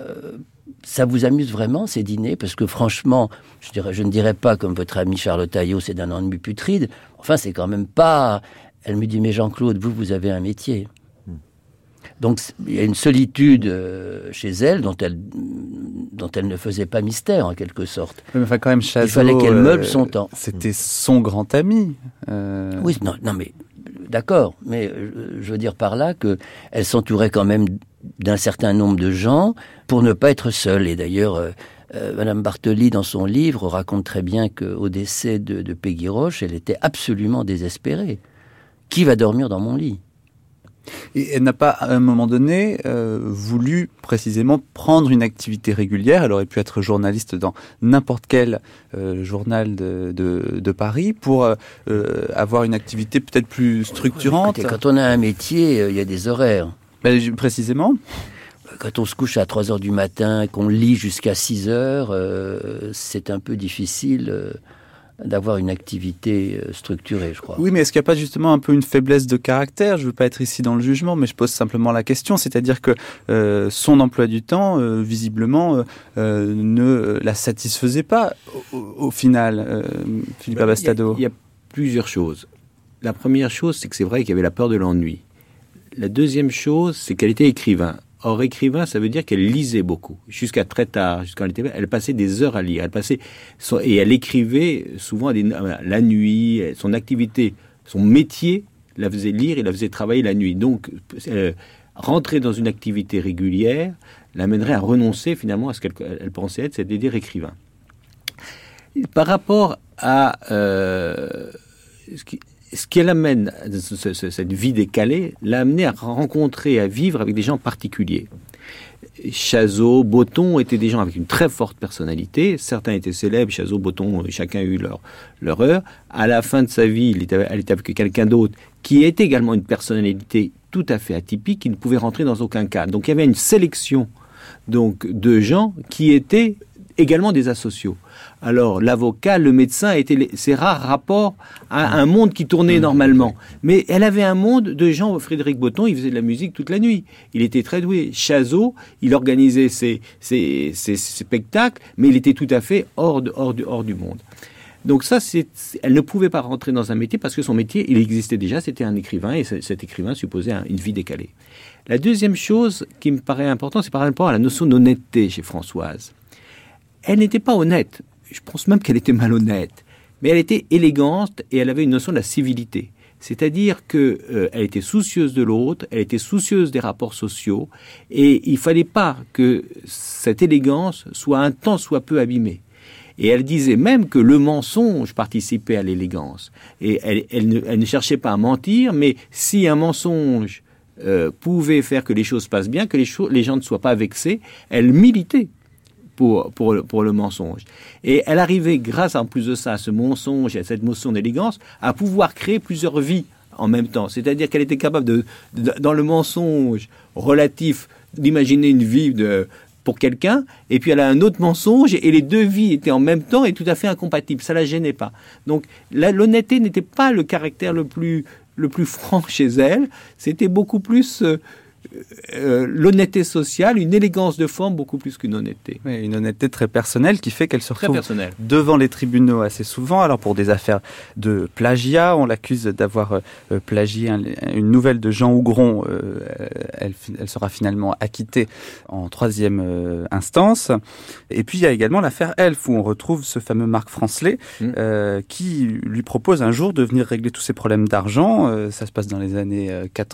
S16: ça vous amuse vraiment ces dîners? Parce que franchement, je ne dirais pas comme votre ami Charlotte Taillot, c'est d'un ennui putride, enfin c'est quand même pas... Elle me dit, mais Jean-Claude, vous avez un métier. Donc il y a une solitude chez elle dont elle ne faisait pas mystère en quelque sorte.
S1: Mais enfin quand même Chazot,
S16: il fallait qu'elle meuble son temps.
S1: C'était son grand ami.
S16: Oui, non mais d'accord, mais je veux dire par là qu'elle s'entourait quand même d'un certain nombre de gens pour ne pas être seule. Et d'ailleurs, Madame Bartoli, dans son livre, raconte très bien qu'au décès de Peggy Roche, elle était absolument désespérée. Qui va dormir dans mon lit ?
S1: Et elle n'a pas, à un moment donné, voulu précisément prendre une activité régulière. Elle aurait pu être journaliste dans n'importe quel journal de Paris pour avoir une activité peut-être plus structurante.
S16: Écoutez, quand on a un métier, il y a des horaires.
S1: Précisément.
S16: Quand on se couche à 3 heures du matin, qu'on lit jusqu'à 6 heures, c'est un peu difficile d'avoir une activité structurée, je crois.
S1: Oui, mais est-ce qu'il n'y a pas justement un peu une faiblesse de caractère ? Je ne veux pas être ici dans le jugement, mais je pose simplement la question. C'est-à-dire que son emploi du temps, visiblement, ne la satisfaisait pas au final, Philippe Abastado.
S10: Il y a plusieurs choses. La première chose, c'est que c'est vrai qu'il y avait la peur de l'ennui. La deuxième chose, c'est qu'elle était écrivain. Or, écrivain, ça veut dire qu'elle lisait beaucoup. Jusqu'à très tard, elle passait des heures à lire. Et elle écrivait souvent la nuit. Son activité, son métier la faisait lire et la faisait travailler la nuit. Donc, rentrer dans une activité régulière l'amènerait à renoncer finalement à ce qu'elle pensait être, c'est-à-dire écrivain. Par rapport à ce qui l'amène, cette vie décalée, l'a amené à rencontrer, à vivre avec des gens particuliers. Chazot, Botton étaient des gens avec une très forte personnalité. Certains étaient célèbres, Chazot, Botton, chacun a eu leur heure. À la fin de sa vie, elle était avec quelqu'un d'autre qui était également une personnalité tout à fait atypique, qui ne pouvait rentrer dans aucun cadre. Donc il y avait une sélection donc, de gens qui étaient également des asociaux. Alors, l'avocat, le médecin, étaient ces rares rapports à un monde qui tournait normalement. Mais elle avait un monde de gens. Frédéric Botton, il faisait de la musique toute la nuit. Il était très doué. Chazot, il organisait ses spectacles, mais il était tout à fait hors du monde. Donc ça, elle ne pouvait pas rentrer dans un métier parce que son métier, il existait déjà, c'était un écrivain, et cet écrivain supposait une vie décalée. La deuxième chose qui me paraît importante, c'est par rapport à la notion d'honnêteté chez Françoise. Elle n'était pas honnête. Je pense même qu'elle était malhonnête. Mais elle était élégante et elle avait une notion de la civilité. C'est-à-dire qu'elle était soucieuse de l'autre, elle était soucieuse des rapports sociaux, et il ne fallait pas que cette élégance soit un tant soit peu abîmée. Et elle disait même que le mensonge participait à l'élégance. Et elle ne cherchait pas à mentir, mais si un mensonge pouvait faire que les choses passent bien, que les gens ne soient pas vexés, elle militait pour le mensonge. Et elle arrivait, grâce en plus de ça, à ce mensonge et à cette notion d'élégance, à pouvoir créer plusieurs vies en même temps. C'est-à-dire qu'elle était capable dans le mensonge relatif, d'imaginer une vie pour quelqu'un, et puis elle a un autre mensonge, et les deux vies étaient en même temps et tout à fait incompatibles. Ça la gênait pas. Donc l'honnêteté n'était pas le caractère le plus franc chez elle, c'était beaucoup plus l'honnêteté sociale, une élégance de forme beaucoup plus qu'une honnêteté.
S1: Oui, une honnêteté très personnelle qui fait qu'elle se retrouve devant les tribunaux assez souvent. Alors pour des affaires de plagiat, on l'accuse d'avoir plagié une nouvelle de Jean Hougron. Elle sera finalement acquittée en 3e instance. Et puis il y a également l'affaire Elf, où on retrouve ce fameux Marc Francelet qui lui propose un jour de venir régler tous ses problèmes d'argent. Ça se passe dans les années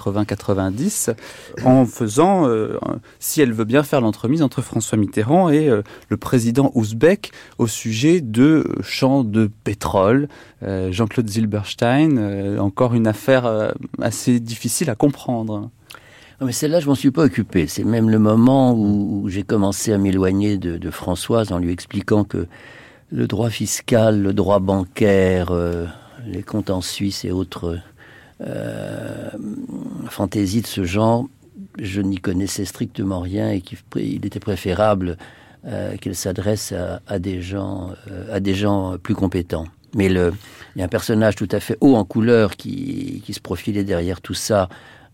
S1: 80-90. En faisant, si elle veut bien faire l'entremise entre François Mitterrand et le président ouzbek au sujet de champs de pétrole. Jean-Claude Zilberstein, encore une affaire assez difficile à comprendre.
S16: Non, mais celle-là, je m'en suis pas occupé. C'est même le moment où j'ai commencé à m'éloigner de Françoise en lui expliquant que le droit fiscal, le droit bancaire, les comptes en Suisse et autres fantaisies de ce genre, je n'y connaissais strictement rien et qu'il était préférable qu'elle s'adresse à des gens plus compétents. Mais il y a un personnage tout à fait haut en couleur qui se profilait derrière tout ça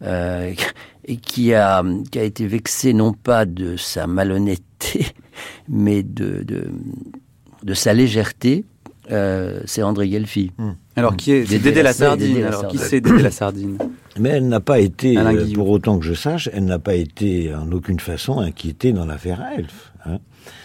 S16: et qui a été vexé non pas de sa malhonnêteté, mais de sa légèreté. C'est André Guelfi.
S1: Alors qui est Dédé la Sardine. Alors qui c'est Dédé la Sardine?
S11: Mais elle n'a pas été, pour autant que je sache, elle n'a pas été en aucune façon inquiétée dans l'affaire Elf. Hein.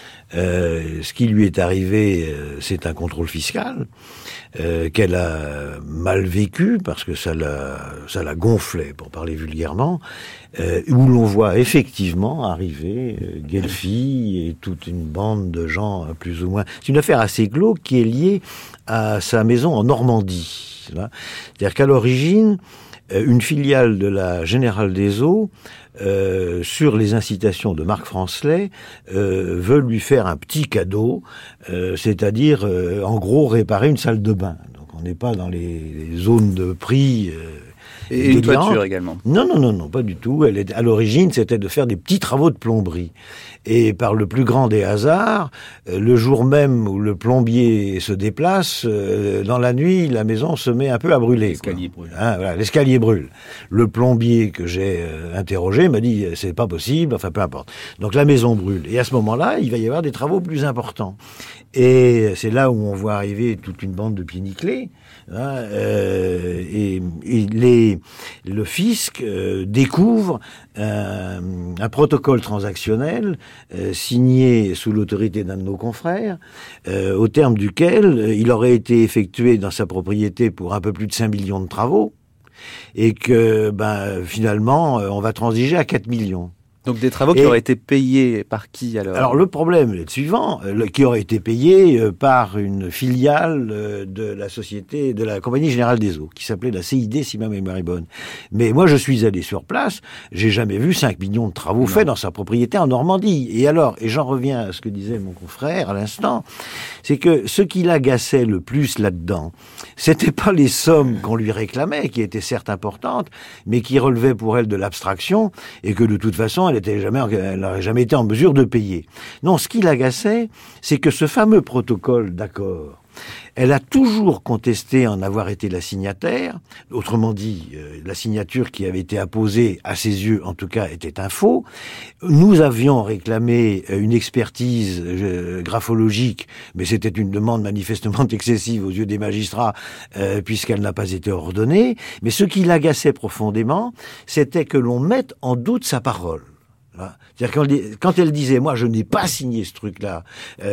S11: Ce qui lui est arrivé, c'est un contrôle fiscal qu'elle a mal vécu parce que ça la gonflait, pour parler vulgairement, où l'on voit effectivement arriver Guelfi et toute une bande de gens plus ou moins. C'est une affaire assez glauque qui est liée à sa maison en Normandie. C'est-à-dire qu'à l'origine, une filiale de la Générale des Eaux, sur les incitations de Marc Francelet, veut lui faire un petit cadeau, c'est-à-dire, en gros, réparer une salle de bain. Donc on n'est pas dans les zones de prix...
S1: Et une toiture également.
S11: Non, pas du tout. À l'origine, c'était de faire des petits travaux de plomberie. Et par le plus grand des hasards, le jour même où le plombier se déplace, dans la nuit, la maison se met un peu à brûler.
S10: L'escalier brûle.
S11: Voilà, l'escalier brûle. Le plombier que j'ai interrogé m'a dit c'est pas possible, enfin peu importe. Donc la maison brûle. Et à ce moment-là, il va y avoir des travaux plus importants. Et c'est là où on voit arriver toute une bande de pieds nickelés. Et le fisc découvre un protocole transactionnel signé sous l'autorité d'un de nos confrères, au terme duquel il aurait été effectué dans sa propriété pour un peu plus de 5 millions de travaux, et que finalement on va transiger à 4 millions.
S1: Donc des travaux qui auraient été payés par qui alors ?
S11: Alors le problème est le suivant, qui aurait été payé par une filiale de la société, de la Compagnie Générale des Eaux, qui s'appelait la CID, si ma mémoire est bonne. Mais moi je suis allé sur place, j'ai jamais vu 5 millions de travaux faits dans sa propriété en Normandie. Et j'en reviens à ce que disait mon confrère à l'instant, c'est que ce qui l'agaçait le plus là-dedans, c'était pas les sommes qu'on lui réclamait, qui étaient certes importantes, mais qui relevaient pour elle de l'abstraction, et que de toute façon elle n'aurait jamais été en mesure de payer. Non, ce qui l'agaçait, c'est que ce fameux protocole d'accord, elle a toujours contesté en avoir été la signataire. Autrement dit, la signature qui avait été apposée, à ses yeux en tout cas, était un faux. Nous avions réclamé une expertise graphologique, mais c'était une demande manifestement excessive aux yeux des magistrats, puisqu'elle n'a pas été ordonnée. Mais ce qui l'agaçait profondément, c'était que l'on mette en doute sa parole. C'est-à-dire quand elle disait moi je n'ai pas signé ce truc-là,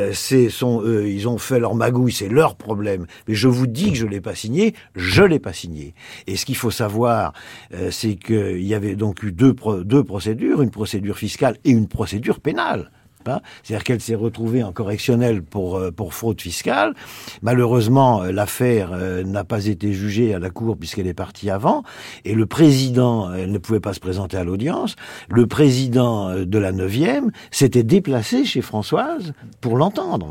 S11: ils ont fait leur magouille, c'est leur problème. Mais je vous dis que je l'ai pas signé, je l'ai pas signé. Et ce qu'il faut savoir, c'est qu'il y avait donc eu deux procédures, une procédure fiscale et une procédure pénale. C'est-à-dire qu'elle s'est retrouvée en correctionnel pour fraude fiscale. Malheureusement, l'affaire n'a pas été jugée à la cour puisqu'elle est partie avant. Et le président, elle ne pouvait pas se présenter à l'audience. Le président de la 9e s'était déplacé chez Françoise pour l'entendre.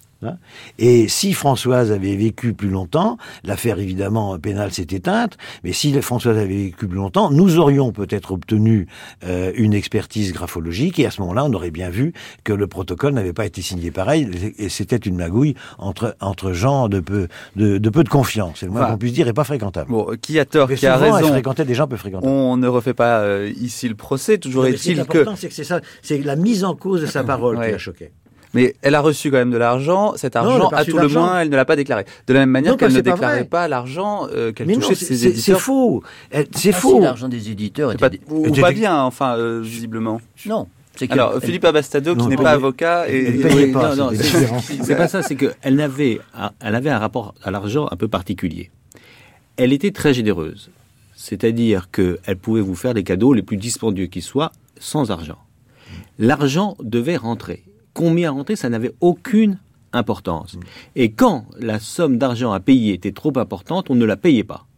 S11: Et si Françoise avait vécu plus longtemps, l'affaire évidemment pénale s'est éteinte, mais si Françoise avait vécu plus longtemps, nous aurions peut-être obtenu une expertise graphologique, et à ce moment-là, on aurait bien vu que le protocole n'avait pas été signé pareil, et c'était une magouille entre gens de peu de confiance, c'est le moins qu'on puisse dire, et pas fréquentable.
S1: Bon, qui a tort,
S11: mais
S1: qui a raison.
S11: Elle fréquentait des gens peu fréquentables.
S1: On ne refait pas ici le procès, toujours est-il que...
S11: l'important, c'est que c'est ça, c'est la mise en cause de sa parole qui la choquait.
S1: Mais elle a reçu quand même de l'argent. Cet argent, à tout le moins, elle ne l'a pas déclaré. De la même manière qu'elle ne déclarait pas l'argent qu'elle touchait de ses éditeurs.
S11: C'est faux. C'est
S16: faux. Si, l'argent des éditeurs était...
S1: Ou pas bien, enfin, visiblement.
S16: Non.
S1: Alors, Philippe Abastado, qui n'est pas avocat...
S10: Non, c'est pas ça. C'est qu'elle avait un rapport à l'argent un peu particulier. Elle était très généreuse. C'est-à-dire qu'elle pouvait vous faire les cadeaux les plus dispendieux qui soient sans argent. L'argent devait rentrer. Combien rentrer, ça n'avait aucune importance. Et quand la somme d'argent à payer était trop importante, on ne la payait pas.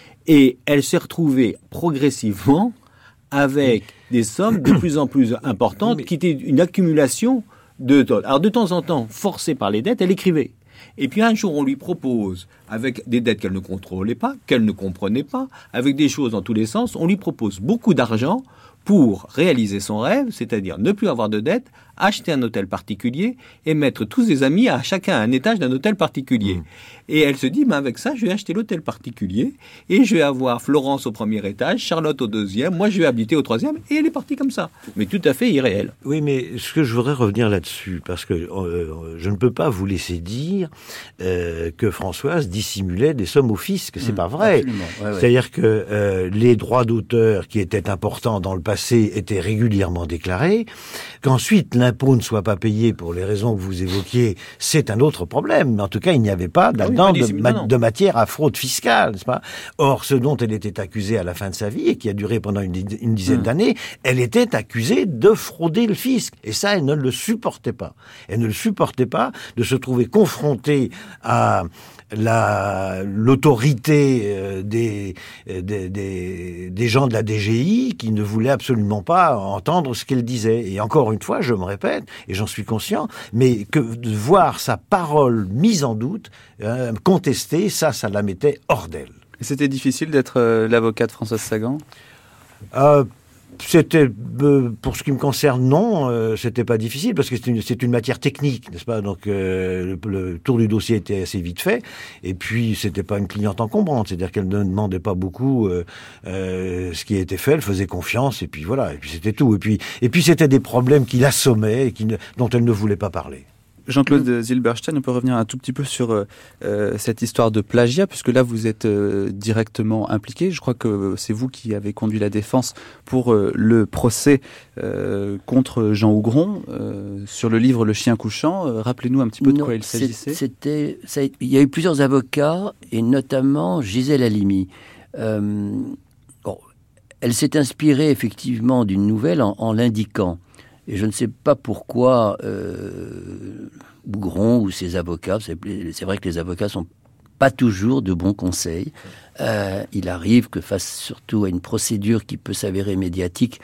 S10: Et elle s'est retrouvée progressivement avec des sommes de plus en plus importantes qui étaient une accumulation de... Alors de temps en temps, forcée par les dettes, elle écrivait. Et puis un jour, on lui propose, avec des dettes qu'elle ne contrôlait pas, qu'elle ne comprenait pas, avec des choses dans tous les sens, on lui propose beaucoup d'argent pour réaliser son rêve, c'est-à-dire ne plus avoir de dettes, acheter un hôtel particulier et mettre tous ses amis à chacun un étage d'un hôtel particulier. Et elle se dit, avec ça, je vais acheter l'hôtel particulier et je vais avoir Florence au premier étage, Charlotte au deuxième, moi je vais habiter au troisième, et elle est partie comme ça. Mais tout à fait irréel.
S11: Oui, mais ce que je voudrais revenir là-dessus, parce que je ne peux pas vous laisser dire que Françoise dissimulait des sommes au fisc. C'est pas vrai. C'est-à-dire que les droits d'auteur qui étaient importants dans le passé étaient régulièrement déclarés, qu'ensuite l'impôt ne soit pas payé pour les raisons que vous évoquiez, c'est un autre problème. Mais en tout cas, il n'y avait pas là-dedans de matière à fraude fiscale, n'est-ce pas ? Or, ce dont elle était accusée à la fin de sa vie, et qui a duré pendant une dizaine d'années, elle était accusée de frauder le fisc. Et ça, elle ne le supportait pas. Elle ne le supportait pas de se trouver confrontée à l'autorité des gens de la DGI qui ne voulaient absolument pas entendre ce qu'elle disait. Et encore une fois, je me répète, et j'en suis conscient, mais que de voir sa parole mise en doute, contestée, ça la mettait hors d'elle.
S1: Et c'était difficile d'être l'avocat de Françoise Sagan ?
S11: C'était, pour ce qui me concerne, non, c'était pas difficile parce que c'est une matière technique, n'est-ce pas? Donc le tour du dossier était assez vite fait. Et puis c'était pas une cliente encombrante, c'est-à-dire qu'elle ne demandait pas beaucoup ce qui a été fait, elle faisait confiance et puis voilà. Et puis c'était tout. Et puis c'était des problèmes qui l'assommaient et dont elle ne voulait pas parler.
S1: Jean-Claude Zilberstein, on peut revenir un tout petit peu sur cette histoire de plagiat, puisque là vous êtes directement impliqué. Je crois que c'est vous qui avez conduit la défense pour le procès contre Jean Hougron sur le livre Le chien couchant. Rappelez-nous un petit peu de quoi il s'agissait.
S16: Il y a eu plusieurs avocats, et notamment Gisèle Halimi. Elle s'est inspirée effectivement d'une nouvelle en l'indiquant. Et je ne sais pas pourquoi Hougron ou ses avocats, c'est vrai que les avocats sont pas toujours de bons conseils. Il arrive que face surtout à une procédure qui peut s'avérer médiatique,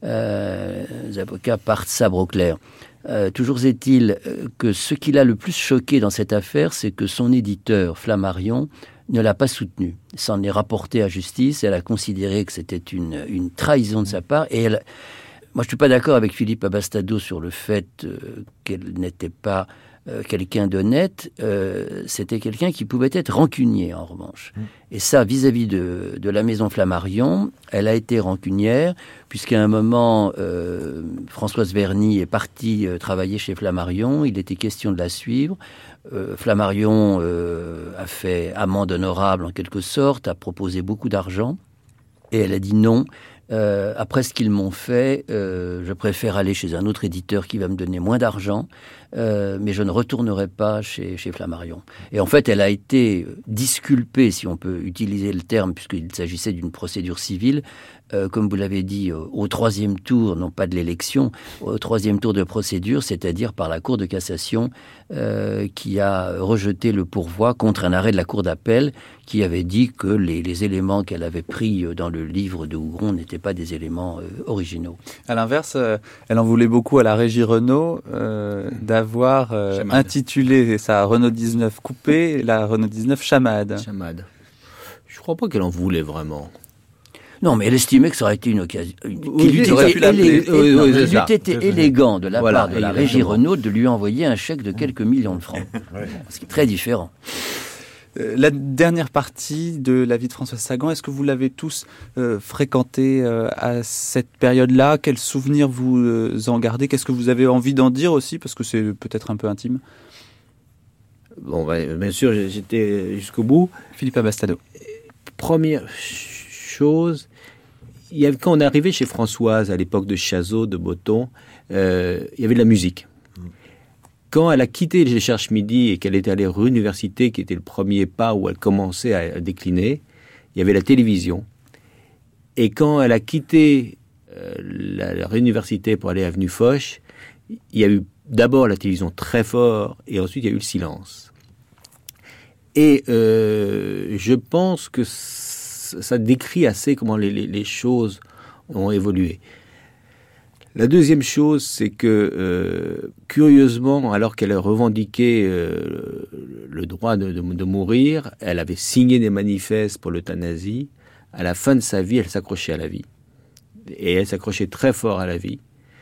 S16: les avocats partent sabre au clair. Toujours est-il que ce qui l'a le plus choqué dans cette affaire, c'est que son éditeur, Flammarion, ne l'a pas soutenu. S'en est rapporté à justice, elle a considéré que c'était une trahison de sa part, et moi, je ne suis pas d'accord avec Philippe Abastado sur le fait qu'elle n'était pas quelqu'un d'honnête. C'était quelqu'un qui pouvait être rancunier, en revanche. Et ça, vis-à-vis de la maison Flammarion, elle a été rancunière, puisqu'à un moment, Françoise Verny est partie travailler chez Flammarion. Il était question de la suivre. Flammarion a fait amende honorable, en quelque sorte, a proposé beaucoup d'argent. Et elle a dit non. Après ce qu'ils m'ont fait, je préfère aller chez un autre éditeur qui va me donner moins d'argent, mais je ne retournerai pas chez Flammarion. Et en fait, elle a été disculpée, si on peut utiliser le terme, puisqu'il s'agissait d'une procédure civile, comme vous l'avez dit, au troisième tour, non pas de l'élection, au troisième tour de procédure, c'est-à-dire par la Cour de cassation, qui a rejeté le pourvoi contre un arrêt de la Cour d'appel qui avait dit que les éléments qu'elle avait pris dans le livre de Hougron n'étaient pas des éléments originaux.
S1: À l'inverse, elle en voulait beaucoup à la Régie Renault d'avoir intitulé sa Renault 19 coupé la Renault 19 Chamade.
S10: Chamade. Je ne crois pas qu'elle en voulait vraiment.
S16: Non, mais elle estimait que ça aurait été une occasion.
S10: Qu'il eût
S16: été élégant de la part de la Régie Renault de lui envoyer un chèque de quelques millions de francs. Ce qui est très différent.
S1: La dernière partie de la vie de Françoise Sagan, est-ce que vous l'avez tous fréquenté à cette période-là? Quels souvenirs vous en gardez? Qu'est-ce que vous avez envie d'en dire aussi? Parce que c'est peut-être un peu intime.
S10: Bon, bien sûr, j'étais jusqu'au bout.
S1: Philippe Abastado.
S10: Première chose, quand on est arrivé chez Françoise, à l'époque de Chazot, de Botton, il y avait de la musique. Quand elle a quitté les Cherche Midi et qu'elle était allée à l'université, qui était le premier pas où elle commençait à décliner, il y avait la télévision. Et quand elle a quitté la réuniversité pour aller à Avenue Foch, il y a eu d'abord la télévision très fort et ensuite il y a eu le silence. Et je pense que ça décrit assez comment les choses ont évolué. La deuxième chose, c'est que, curieusement, alors qu'elle a revendiqué le droit de mourir, elle avait signé des manifestes pour l'euthanasie. À la fin de sa vie, elle s'accrochait à la vie. Et elle s'accrochait très fort à la vie.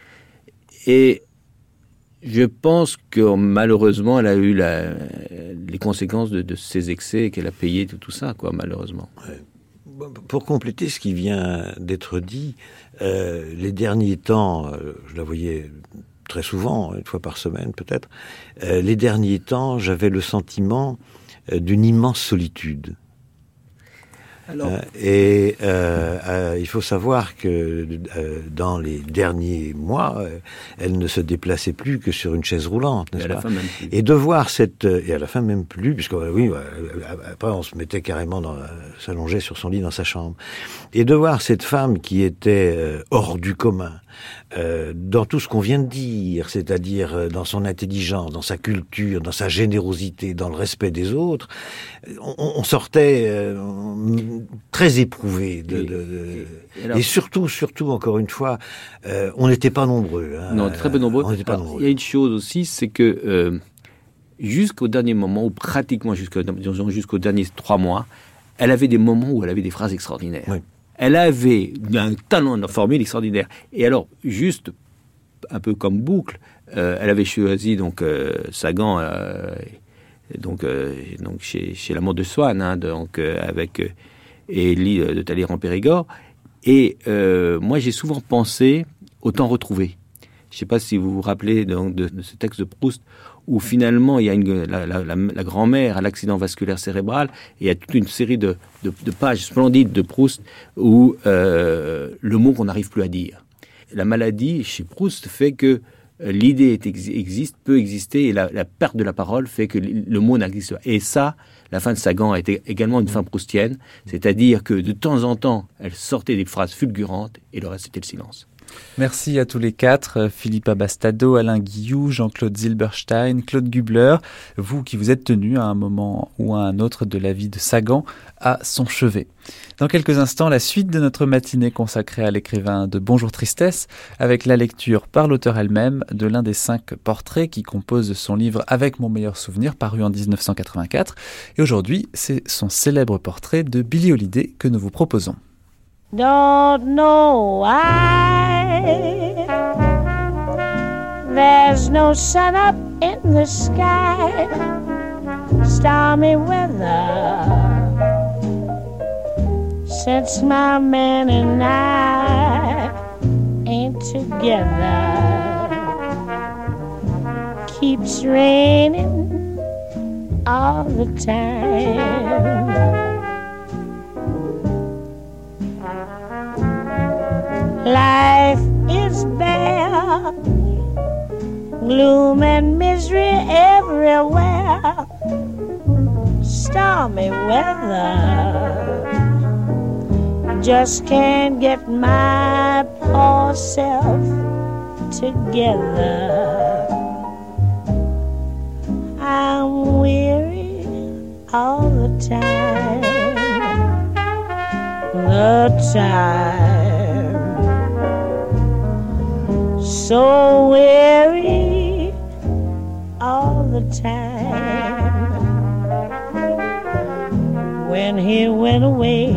S10: Et je pense que, malheureusement, elle a eu les conséquences de ses excès et qu'elle a payé tout ça, quoi, malheureusement.
S11: Ouais. Pour compléter ce qui vient d'être dit, les derniers temps, je la voyais très souvent, une fois par semaine peut-être, les derniers temps, j'avais le sentiment d'une immense solitude. Il faut savoir que dans les derniers mois, elle ne se déplaçait plus que sur une chaise roulante, n'est-ce pas ? Et de voir et à la fin même plus, puisque après on se mettait carrément s'allongeait sur son lit dans sa chambre, et de voir cette femme qui était hors du commun, dans tout ce qu'on vient de dire, c'est-à-dire dans son intelligence, dans sa culture, dans sa générosité, dans le respect des autres, on sortait très éprouvé et surtout encore une fois, on n'était pas nombreux.
S10: Non, très peu nombreux.
S11: On n'était pas nombreux.
S10: Il y a une chose aussi, c'est que jusqu'au dernier moment, ou pratiquement jusqu'aux derniers 3 mois, elle avait des moments où elle avait des phrases extraordinaires. Oui. Elle avait un talent de formule extraordinaire. Et alors, juste un peu comme boucle, elle avait choisi Sagan, chez l'amour de Swann, avec Élie de Talleyrand-Périgord. Et moi, j'ai souvent pensé au temps retrouvé. Je ne sais pas si vous vous rappelez de ce texte de Proust, où finalement il y a la grand-mère à l'accident vasculaire cérébral, et il y a toute une série de pages splendides de Proust où le mot qu'on n'arrive plus à dire. La maladie chez Proust fait que l'idée peut exister, et la perte de la parole fait que le mot n'existe pas. Et ça, la fin de Sagan était également une fin proustienne, c'est-à-dire que de temps en temps, elle sortait des phrases fulgurantes, et le reste c'était le silence.
S1: Merci à tous les 4, Philippe Abastado, Alain Guillou, Jean-Claude Zilberstein, Claude Gubler, vous qui vous êtes tenus à un moment ou à un autre de la vie de Sagan à son chevet. Dans quelques instants, la suite de notre matinée consacrée à l'écrivain de Bonjour Tristesse, avec la lecture par l'auteur elle-même de l'un des 5 portraits qui composent son livre Avec mon meilleur souvenir, paru en 1984. Et aujourd'hui, c'est son célèbre portrait de Billie Holiday que nous vous proposons.
S21: Don't know why there's no sun up in the sky, stormy weather since my man and I ain't together. Keeps raining all the time. Life is bare, gloom and misery everywhere, stormy weather. Just can't get my poor self together. I'm weary all the time, so weary all the time. When he went away,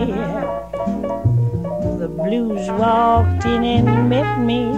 S21: the blues walked in and met me.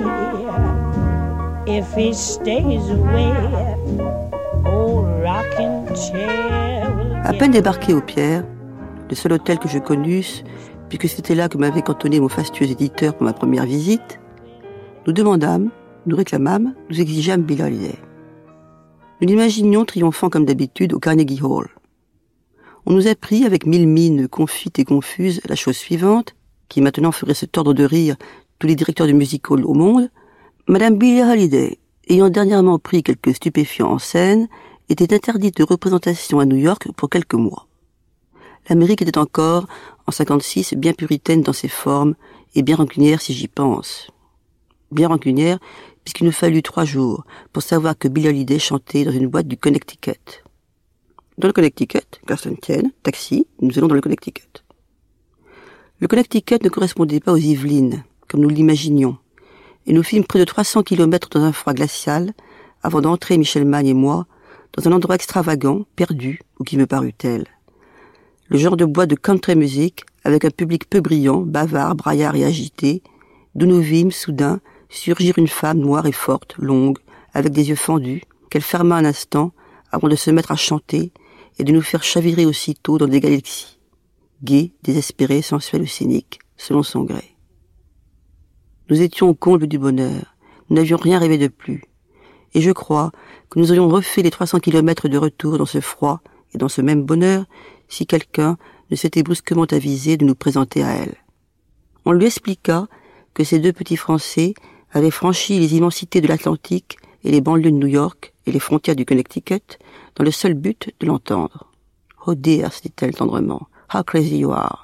S21: If he stays away, old rocking chair will
S22: À peine débarqué aux Pierres, le seul hôtel que je connusse, puisque c'était là que m'avait cantonné mon fastueux éditeur pour ma première visite, nous demandâmes, nous réclamâmes, nous exigeâmes Billie Holiday. Nous l'imaginions triomphant comme d'habitude au Carnegie Hall. On nous apprit avec 1000 mines confites et confuses la chose suivante, qui maintenant ferait se tordre de rire tous les directeurs de music-hall au monde. Madame Billie Holiday, ayant dernièrement pris quelques stupéfiants en scène, était interdite de représentation à New York pour quelques mois. L'Amérique était encore, en 56, bien puritaine dans ses formes et bien rancunière si j'y pense. Bien rancunière, puisqu'il nous fallut 3 jours pour savoir que Billie Holiday chantait dans une boîte du Connecticut. Dans le Connecticut, qu'à ça ne tienne, taxi, nous allons dans le Connecticut. Le Connecticut ne correspondait pas aux Yvelines, comme nous l'imaginions, et nous fîmes près de 300 kilomètres dans un froid glacial, avant d'entrer, Michel Magne et moi, dans un endroit extravagant, perdu, ou qui me parut tel. Le genre de boîte de country music, avec un public peu brillant, bavard, braillard et agité, d'où nous vîmes, soudain, surgir une femme noire et forte, longue, avec des yeux fendus, qu'elle ferma un instant, avant de se mettre à chanter, et de nous faire chavirer aussitôt dans des galaxies, gaie, désespérée, sensuelle ou cynique, selon son gré. Nous étions au comble du bonheur, nous n'avions rien rêvé de plus, et je crois que nous aurions refait les 300 kilomètres de retour dans ce froid et dans ce même bonheur, si quelqu'un ne s'était brusquement avisé de nous présenter à elle. On lui expliqua que ces deux petits Français avaient franchi les immensités de l'Atlantique et les banlieues de New York et les frontières du Connecticut dans le seul but de l'entendre. « Oh dear », se dit-elle tendrement, « how crazy you are ».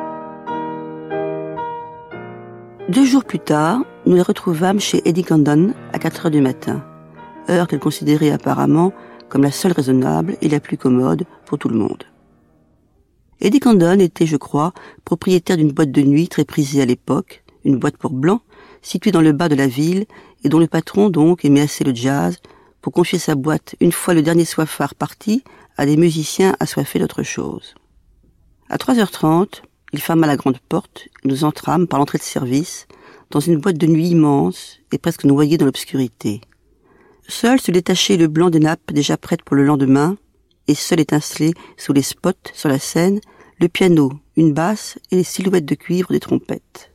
S22: 2 jours plus tard, nous les retrouvâmes chez Eddie Condon à 4 heures du matin, heure qu'elle considérait apparemment comme la seule raisonnable et la plus commode pour tout le monde. Eddie Condon était, je crois, propriétaire d'une boîte de nuit très prisée à l'époque, une boîte pour blancs, située dans le bas de la ville, et dont le patron donc aimait assez le jazz, pour confier sa boîte, une fois le dernier soifard parti, à des musiciens assoiffés d'autre chose. À 3h30, il ferma la grande porte, et nous entrâmes par l'entrée de service, dans une boîte de nuit immense et presque noyée dans l'obscurité. Seul se détachait le blanc des nappes déjà prêtes pour le lendemain, et seul étincelait sous les spots sur la scène, le piano, une basse et les silhouettes de cuivre des trompettes.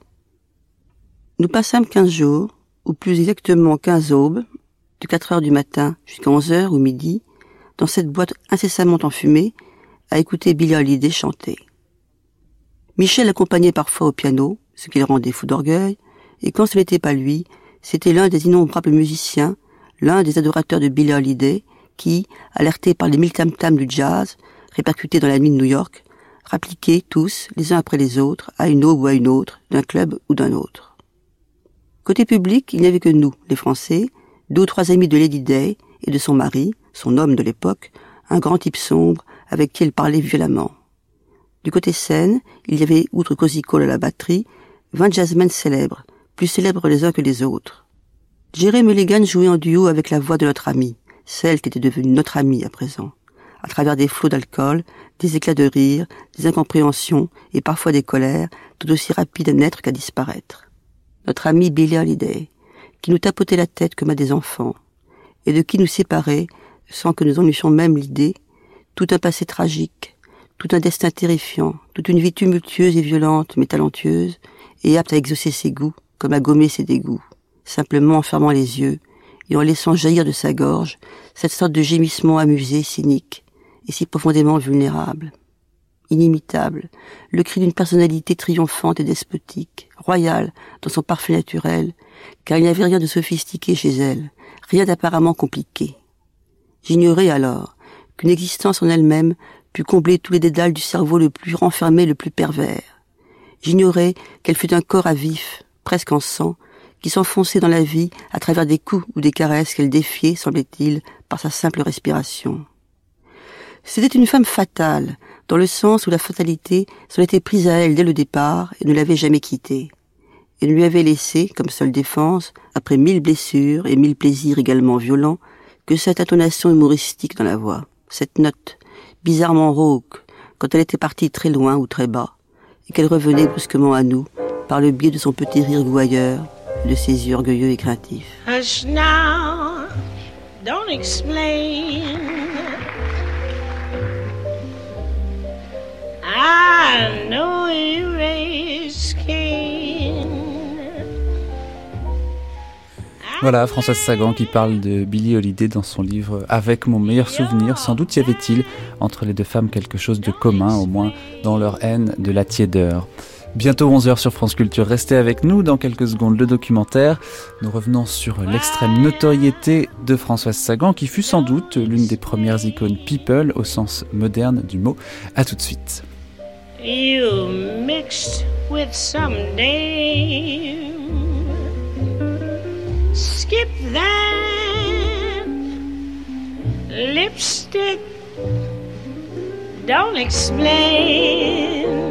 S22: Nous passâmes 15 jours, ou plus exactement 15 aubes, de 4 heures du matin jusqu'à 11 heures ou midi, dans cette boîte incessamment enfumée, à écouter Billie Holiday chanter. Michel l'accompagnait parfois au piano, ce qui le rendait fou d'orgueil, et quand ce n'était pas lui, c'était l'un des innombrables musiciens, l'un des adorateurs de Billie Holiday, qui, alertés par les mille tam-tams du jazz, répercutés dans la nuit de New York, rappliquaient tous, les uns après les autres, à une aube ou à une autre, d'un club ou d'un autre. Côté public, il n'y avait que nous, les Français, 2 ou 3 amis de Lady Day et de son mari, son homme de l'époque, un grand type sombre avec qui elle parlait violemment. Du côté scène, il y avait, outre Cozy Cole à la batterie, 20 jazzmen célèbres, plus célèbres les uns que les autres. Jerry Mulligan jouait en duo avec la voix de notre amie, celle qui était devenue notre amie à présent, à travers des flots d'alcool, des éclats de rire, des incompréhensions et parfois des colères, tout aussi rapides à naître qu'à disparaître. Notre amie Billie Holiday, qui nous tapotait la tête comme à des enfants, et de qui nous séparait, sans que nous en eussions même l'idée, tout un passé tragique, tout un destin terrifiant, toute une vie tumultueuse et violente, mais talentueuse, et apte à exaucer ses goûts, comme à gommer ses dégoûts, simplement en fermant les yeux, et en laissant jaillir de sa gorge cette sorte de gémissement amusé, cynique, et si profondément vulnérable. Inimitable, le cri d'une personnalité triomphante et despotique, royale dans son parfait naturel, car il n'y avait rien de sophistiqué chez elle, rien d'apparemment compliqué. J'ignorais alors qu'une existence en elle-même pût combler tous les dédales du cerveau le plus renfermé, le plus pervers. J'ignorais qu'elle fût un corps à vif, presque en sang, qui s'enfonçait dans la vie à travers des coups ou des caresses qu'elle défiait, semblait-il, par sa simple respiration. C'était une femme fatale, dans le sens où la fatalité s'en était prise à elle dès le départ et ne l'avait jamais quittée. Et ne lui avait laissé, comme seule défense, après 1000 blessures et 1000 plaisirs également violents, que cette intonation humoristique dans la voix, cette note, bizarrement rauque, quand elle était partie très loin ou très bas, et qu'elle revenait brusquement à nous, par le biais de son petit rire gouailleur, de ses yeux orgueilleux et craintifs.
S21: Hush now, don't explain. I know you're asking.
S1: Voilà, Françoise Sagan qui parle de Billie Holiday dans son livre « Avec mon meilleur souvenir ». Sans doute y avait-il entre les deux femmes quelque chose de commun, au moins dans leur haine de la tiédeur. Bientôt 11h sur France Culture, restez avec nous, dans quelques secondes le documentaire. Nous revenons sur l'extrême notoriété de Françoise Sagan, qui fut sans doute l'une des premières icônes people au sens moderne du mot. À tout de suite.
S21: You mixed with some dame. Skip that lipstick. Don't explain.